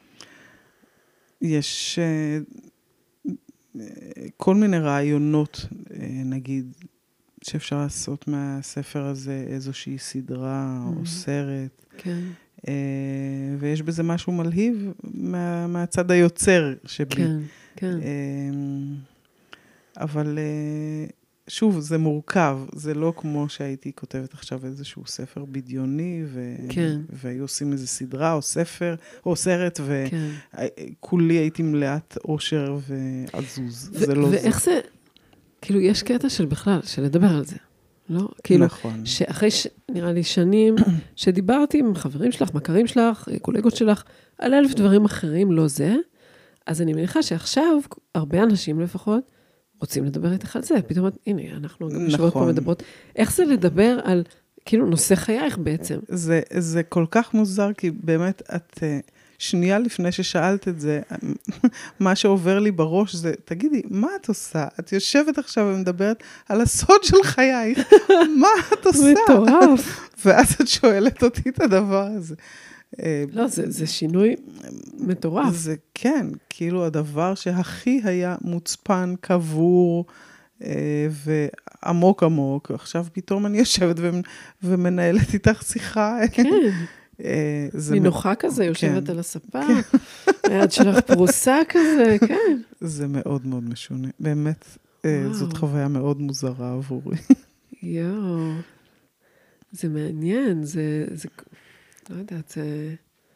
יש uh, כל מיני רעיונות, uh, נגיד, שאפשר לעשות מהספר הזה איזושהי סדרה mm-hmm. או סרט. כן. Uh, ויש בזה משהו מלהיב מה, מהצד היוצר שבי. כן, כן. Uh, אבל... Uh, שוב, זה מורכב, זה לא כמו שהייתי כותבת עכשיו איזשהו ספר בדיוני, ו... כן. והיו עושים איזו סדרה או ספר או סרט, וכולי כן. הייתי מלאת אושר ועזוז. ו- זה לא ואיך זה... זה, כאילו, יש קטע של בכלל, של לדבר על זה, לא? כאילו, נכון. שאחרי, ש... נראה לי שנים, שדיברתי עם חברים שלך, מכרים שלך, קולגות שלך, על אלף דברים אחרים, לא זה, אז אני מניחה שעכשיו, הרבה אנשים לפחות, רוצים לדבר איתך על זה, פתאום, הנה, אנחנו נכון. יושבות פה מדברות, איך זה לדבר על, כאילו, נושא חייך בעצם? זה, זה כל כך מוזר, כי באמת, את, שנייה לפני ששאלת את זה, מה שעובר לי בראש זה, תגידי, מה את עושה? את יושבת עכשיו ומדברת על הסוד של חייך, מה את עושה? מטורף. ואז את שואלת אותי את הדבר הזה. לא, זה, זה שינוי מטורף. זה כן, כאילו הדבר שהכי היה מוצפן, קבור, ועמוק עמוק, עכשיו פתאום אני יושבת ומנהלת איתך שיחה. כן. מנוחה כזה, יושבת על הספה, היד שלך פרוסה כזה, כן. זה מאוד מאוד משונה. באמת, זאת חוויה מאוד מוזרה עבורי. יואו. זה מעניין, זה, זה, לא יודעת, זה...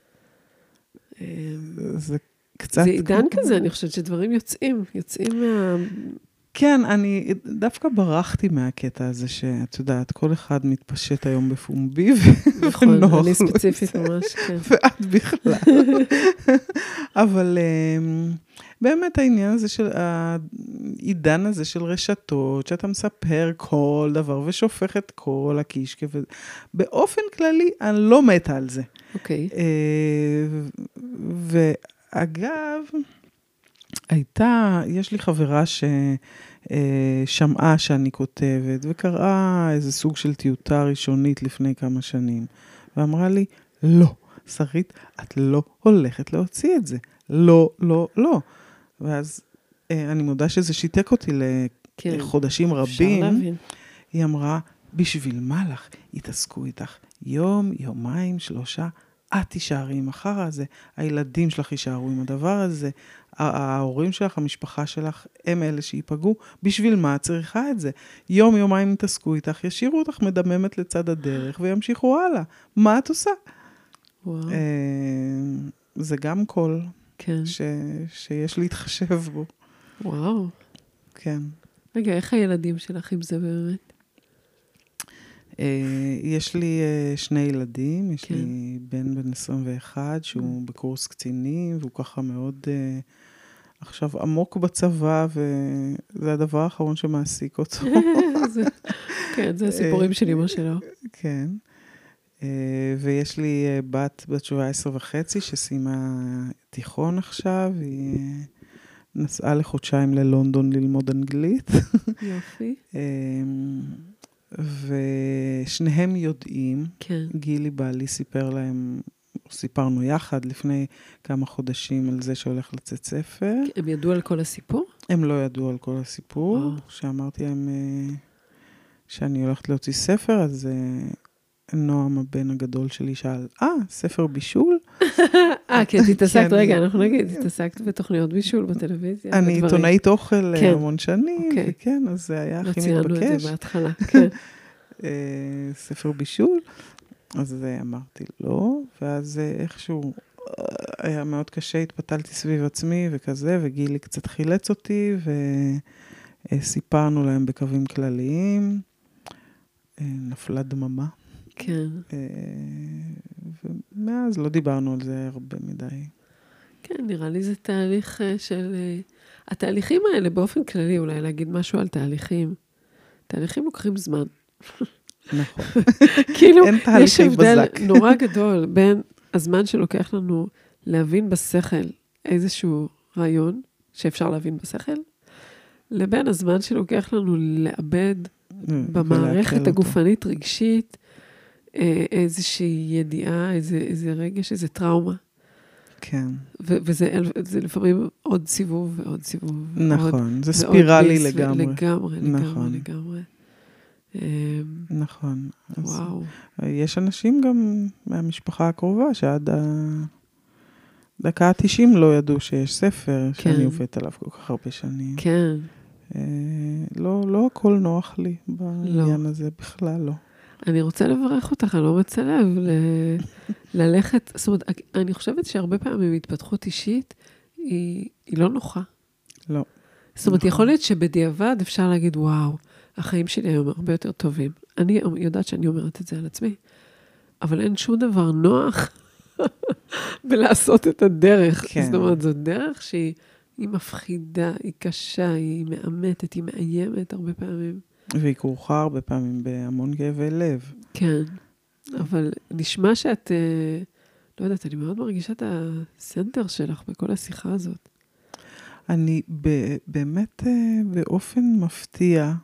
זה קצת... זה עידן כזה, אני חושבת שדברים יוצאים, יוצאים מה... כן, אני דווקא ברחתי מהקטע הזה, שאת יודעת, כל אחד מתפשט היום בפומבי, נכון, אני ספציפית ממש, כן. ואת בכלל. אבל באמת העניין הזה של, העידן הזה של רשתות, שאתה מספר כל דבר, ושופך את כל הקישקע, באופן כללי, אני לא מתה על זה. אוקיי. ואגב, הייתה, יש לי חברה ששמעה שאני כותבת, וקראה איזה סוג של טיוטה ראשונית לפני כמה שנים, ואמרה לי, לא, שרית, את לא הולכת להוציא את זה. לא, לא, לא. ואז אני מודה שזה שיתק אותי לחודשים רבים. היא אמרה, בשביל מה לך? יתעסקו איתך יום, יומיים, שלושה, את תישארי עם החרא הזה, הילדים שלך יישארו עם הדבר הזה, ההורים שלך, המשפחה שלך, הם אלה שיפגעו, בשביל מה צריכה את זה? יום, יומיים יתעסקו איתך, ישירו אותך מדממת לצד הדרך, וימשיכו הלאה. מה את עושה? וואו. זה גם קול, כן. ש, שיש להתחשב בו. וואו. כן. רגע, איך הילדים שלך עם זה באמת? יש לי שני ילדים, יש לי בן בן עשרים ואחת, שהוא בקורס קצינים, והוא ככה מאוד עכשיו עמוק בצבא, וזה הדבר האחרון שמעסיק אותו. כן, זה הסיפורים של אמא שלו. כן. ויש לי בת, בת שבע עשרה וחצי, שסיימה תיכון עכשיו, היא נסעה לחודשיים ללונדון ללמוד אנגלית. יופי. ושניהם יודעים, כן. גילי בעלי סיפר להם, סיפרנו יחד לפני כמה חודשים על זה שהולך לצאת ספר. הם ידעו על כל הסיפור? הם לא ידעו על כל הסיפור. וואו. שאמרתי להם שאני הולכת להוציא ספר, אז נועם הבן הגדול שלי שאל, אה, ספר בישול? אה, כן, תתעסקת, רגע, אנחנו נגיד, תתעסקת בתוכניות בישול בטלוויזיה. אני עיתונאית אוכל המון שנים, וכן, אז זה היה הכי מתבקש. לא ציינו את זה בהתחלה, כן. ספר בישול, אז אמרתי לא, ואז איכשהו היה מאוד קשה, התפתלתי סביב עצמי וכזה, וגילי קצת חילץ אותי, וסיפרנו להם בקווים כלליים, נפלה דממה. כן. ומאז לא דיברנו על זה הרבה מדי. כן, נראה לי זה תהליך של... התהליכים האלה באופן כללי, אולי להגיד משהו על תהליכים. תהליכים לוקחים זמן. נכון. כאילו, יש הבדל נורא גדול בין הזמן שלוקח לנו להבין בשכל איזשהו רעיון שאפשר להבין בשכל, לבין הזמן שלוקח לנו לאבד במערכת הגופנית רגשית, איזושהי ידיעה, איזה, איזה רגש, איזה טראומה. כן. ו- וזה זה לפעמים עוד סיבוב ועוד סיבוב. נכון, ועוד, זה ספירלי ועוד לגמרי. לגמרי, נכון. לגמרי, לגמרי. נכון. וואו. יש אנשים גם מהמשפחה הקרובה, שעד הדקה ה-תשעים לא ידעו שיש ספר, כן. שאני עובדת עליו כל כך הרבה שנים. כן. לא, לא הכל נוח לי בעניין לא. הזה, בכלל לא. אני רוצה לברך אותך, אני לא מצא לב, ל- ללכת, זאת אומרת, אני חושבת שהרבה פעמים התפתחות אישית, היא, היא לא נוחה. לא. זאת אומרת, יכול להיות שבדיעבד אפשר להגיד, וואו, החיים שלי היום הרבה יותר טובים. אני יודעת שאני אומרת את זה על עצמי, אבל אין שום דבר נוח בלעשות את הדרך. כן. זאת אומרת, זו דרך שהיא מפחידה, היא קשה, היא מאמתת, היא מאיימת הרבה פעמים. והיא כרוכה הרבה פעמים בהמון כאבי לב. כן, אבל נשמע שאת, לא יודעת, אני מאוד מרגישה את הסנטר שלך בכל השיחה הזאת. אני באמת באופן מפתיע,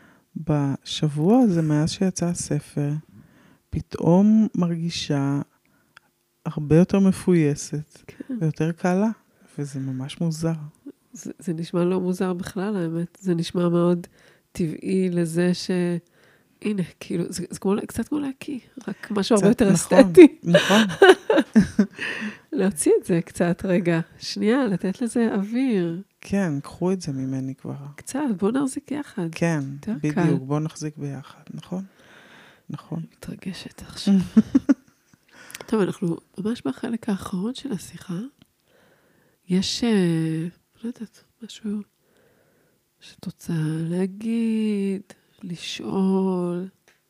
בשבוע הזה, מאז שיצא הספר, פתאום מרגישה הרבה יותר מפויסת, כן. ויותר קלה, וזה ממש מוזר. זה, זה נשמע לא מוזר בכלל, האמת. זה נשמע מאוד טבעי לזה ש... הנה, כאילו, זה, זה כמו, קצת כמו להקיא, רק משהו הרבה יותר נכון, אסתטי. נכון. להוציא את זה קצת, רגע. שנייה, לתת לזה אוויר. כן, קחו את זה ממני כבר. קצת, בוא נחזיק יחד. כן, בדיוק, קל. בוא נחזיק ביחד, נכון? נכון. מתרגשת עכשיו. טוב, אנחנו ממש בחלק האחרון של השיחה. יש, לא יודעת, משהו שאת רוצה להגיד, לשאול.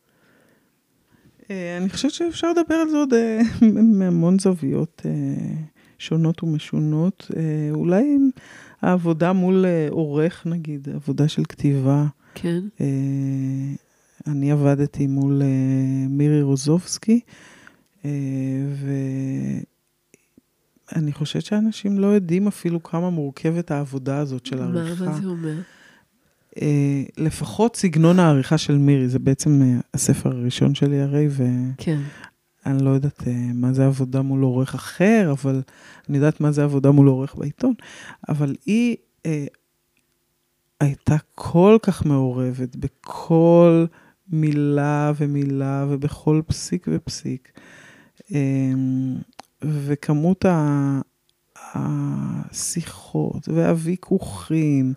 אני חושבת שאפשר לדבר על זה עוד מהמון זוויות שונות ומשונות. אולי העבודה מול עורך, נגיד, עבודה של כתיבה. כן. אני עבדתי מול מירי רוזובסקי, ואני חושבת שאנשים לא יודעים אפילו כמה מורכבת העבודה הזאת של העריכה. מה זה אומר? לפחות סגנון העריכה של מירי, זה בעצם הספר הראשון שלי הרי, כן. ואני לא יודעת מה זה עבודה מול עורך אחר, אבל אני יודעת מה זה עבודה מול עורך בעיתון, אבל היא הייתה כל כך מעורבת בכל מילה ומילה ובכל פסיק ופסיק. וכמות השיחות והוויכוחים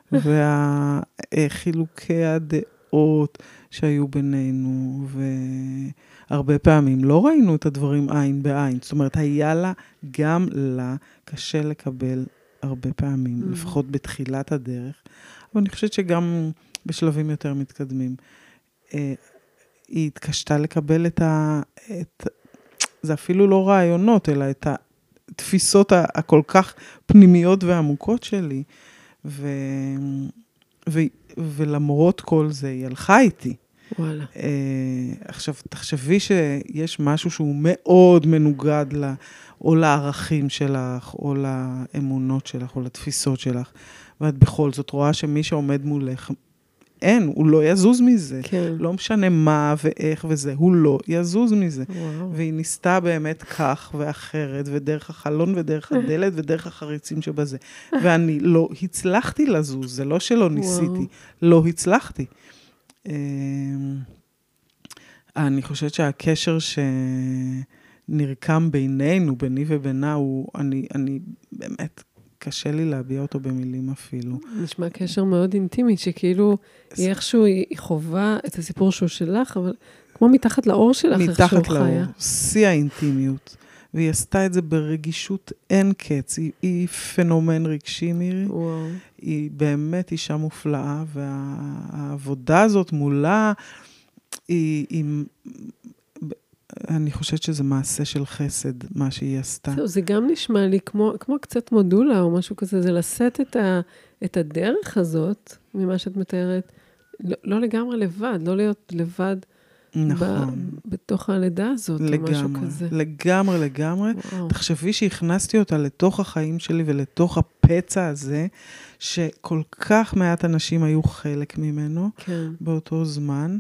והחילוקי הדעות שהיו בינינו, והרבה פעמים לא ראינו את הדברים עין בעין. זאת אומרת, היה לה, גם לה, קשה לקבל הרבה פעמים, mm-hmm. לפחות בתחילת הדרך. אבל אני חושבת שגם בשלבים יותר מתקדמים. היא התקשתה לקבל את ה... את, זה אפילו לא רעיונות, אלא את התפיסות הכל כך פנימיות ועמוקות שלי. ו... ו... ולמרות כל זה, היא הלכה איתי. וואלה. עכשיו, תחשבי שיש משהו שהוא מאוד מנוגד לה, או לערכים שלך, או לאמונות שלך, או לתפיסות שלך. ואת בכל זאת רואה שמי שעומד מולך, אין, הוא לא יזוז מזה. כן. לא משנה מה ואיך וזה, הוא לא יזוז מזה. וואו. והיא ניסתה באמת כך ואחרת, ודרך החלון ודרך הדלת ודרך החריצים שבזה. ואני לא הצלחתי לזוז, זה לא שלא ניסיתי, וואו. לא הצלחתי. אני חושבת שהקשר שנרקם בינינו, ביני ובינה, הוא, אני, אני באמת, קשה לי להביע אותו במילים אפילו. נשמע קשר מאוד אינטימי, שכאילו היא איכשהו, היא חובה את הסיפור שהוא שלך, אבל כמו מתחת לאור שלך, איכשהו חיה. מתחת לאור, שיא האינטימיות. והיא עשתה את זה ברגישות אין קץ. היא, היא פנומן רגשי, מירי. וואו. היא באמת אישה מופלאה, והעבודה הזאת מולה, היא, היא, אני חושבת שזה מעשה של חסד, מה שהיא עשתה. זהו, זה גם נשמע לי כמו, כמו קצת מודולה או משהו כזה, זה לשאת את, ה, את הדרך הזאת, ממה שאת מתארת, לא, לא לגמרי לבד, לא להיות לבד, נכון. ב, בתוך הלידה הזאת, לגמרי, או משהו כזה. לגמרי, לגמרי. וואו. תחשבי שהכנסתי אותה לתוך החיים שלי ולתוך הפצע הזה, שכל כך מעט אנשים היו חלק ממנו, כן. באותו זמן,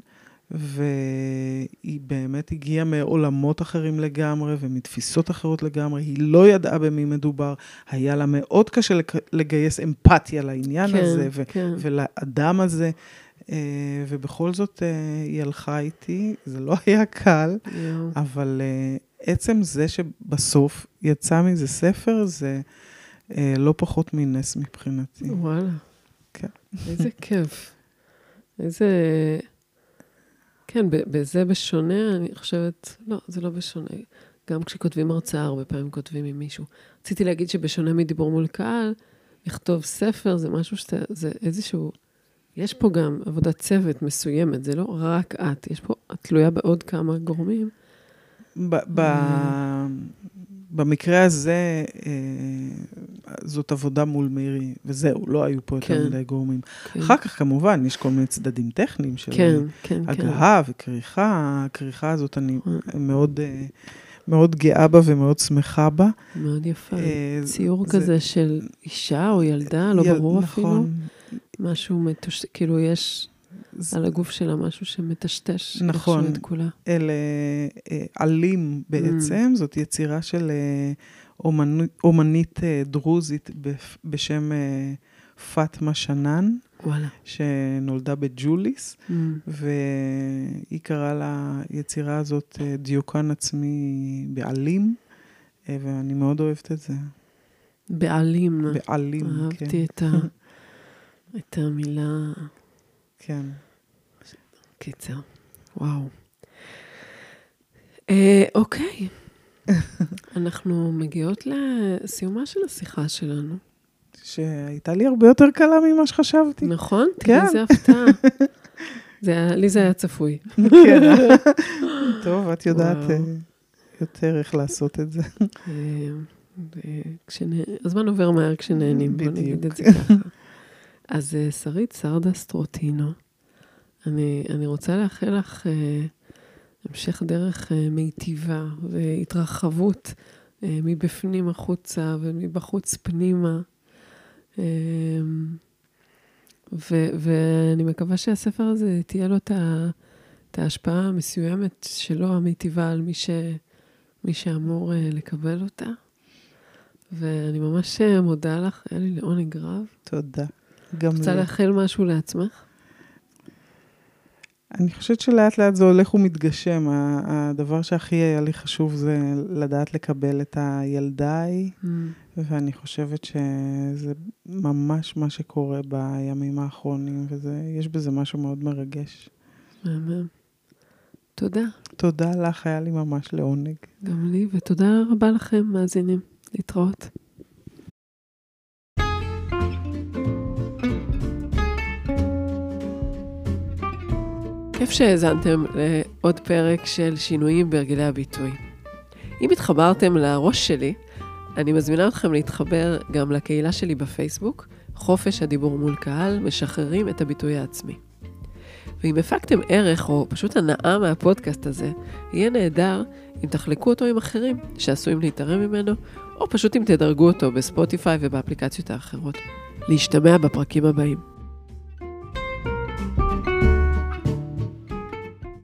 והיא באמת הגיעה מעולמות אחרים לגמרי, ומתפיסות אחרות לגמרי, היא לא ידעה במי מדובר, היה לה מאוד קשה לגייס אמפתיה לעניין כן, הזה, ו- כן. ולאדם הזה, ובכל זאת היא הלכה איתי, זה לא היה קל, יו. אבל עצם זה שבסוף יצא מזה ספר, זה לא פחות מנס מבחינתי. וואלה. כן. איזה כיף. איזה... כן, בזה בשונה, אני חושבת, לא, זה לא בשונה. גם כשכותבים הרצאה, הרבה פעמים כותבים עם מישהו. רציתי להגיד שבשונה מדיבור מול קהל, לכתוב ספר זה משהו שאתה, זה איזשהו, יש פה גם עבודת צוות מסוימת, זה לא רק את, יש פה, את תלויה בעוד כמה גורמים. ב- ב- במקרה הזה, זאת עבודה מול מירי, וזהו, לא היו פה יותר מדי גורמים. אחר כך, כמובן, יש כל מיני צדדים טכניים של הגהה וכריכה. הכריכה הזאת, אני מאוד, מאוד גאה בה ומאוד שמחה בה. מאוד יפה. ציור כזה של אישה או ילדה, לא ברור אפילו. משהו מטושטש, כאילו יש על הגוף שלה משהו שמטשטש. נכון. את כולה. אלה עלים בעצם, זאת יצירה של אומנית דרוזית בשם פאטמה שנן, וואלה. שנולדה בג'וליס, והיא קראה ליצירה הזאת דיוקן עצמי בעלים, ואני מאוד אוהבת את זה. בעלים. בעלים, כן. אהבתי את ה... את המילה... כן. קיצר. וואו. אה, אוקיי. אנחנו מגיעות לסיומה של השיחה שלנו. שהייתה לי הרבה יותר קלה ממה שחשבתי. נכון? כן. תראי, זה הפתעה. לי זה היה צפוי. כן. טוב, את יודעת יותר איך לעשות את זה. הזמן עובר מהר כשנהנים, בוא נגיד את זה ככה. אז שרית סרדסט רוטינו, אני, אני רוצה לאחל לך אה, המשך דרך אה, מיטיבה והתרחבות אה, מבפנים החוצה ומבחוץ פנימה. אה, ו, ואני מקווה שהספר הזה תהיה לו את, ה, את ההשפעה המסוימת שלו המיטיבה על מי, ש, מי שאמור אה, לקבל אותה. ואני ממש מודה לך, היה לי לעונג רב. תודה. גם רוצה לי. לאחל משהו לעצמך? אני חושבת שלאט לאט זה הולך ומתגשם. הדבר שהכי היה לי חשוב זה לדעת לקבל את הילדיי, mm. ואני חושבת שזה ממש מה שקורה בימים האחרונים, ויש בזה משהו מאוד מרגש. אמן. תודה. תודה לך, היה לי ממש לעונג. גם לי, ותודה רבה לכם, מאזינים. להתראות. כיף שהאזנתם לעוד פרק של שינויים בהרגלי הביטוי. אם התחברתם לראש שלי, אני מזמינה אתכם להתחבר גם לקהילה שלי בפייסבוק, חופש הדיבור מול קהל, משחררים את הביטוי העצמי. ואם הפקתם ערך או פשוט הנאה מהפודקאסט הזה, יהיה נהדר אם תחלקו אותו עם אחרים שעשויים להתערם ממנו, או פשוט אם תדרגו אותו בספוטיפיי ובאפליקציות האחרות. להשתמע בפרקים הבאים.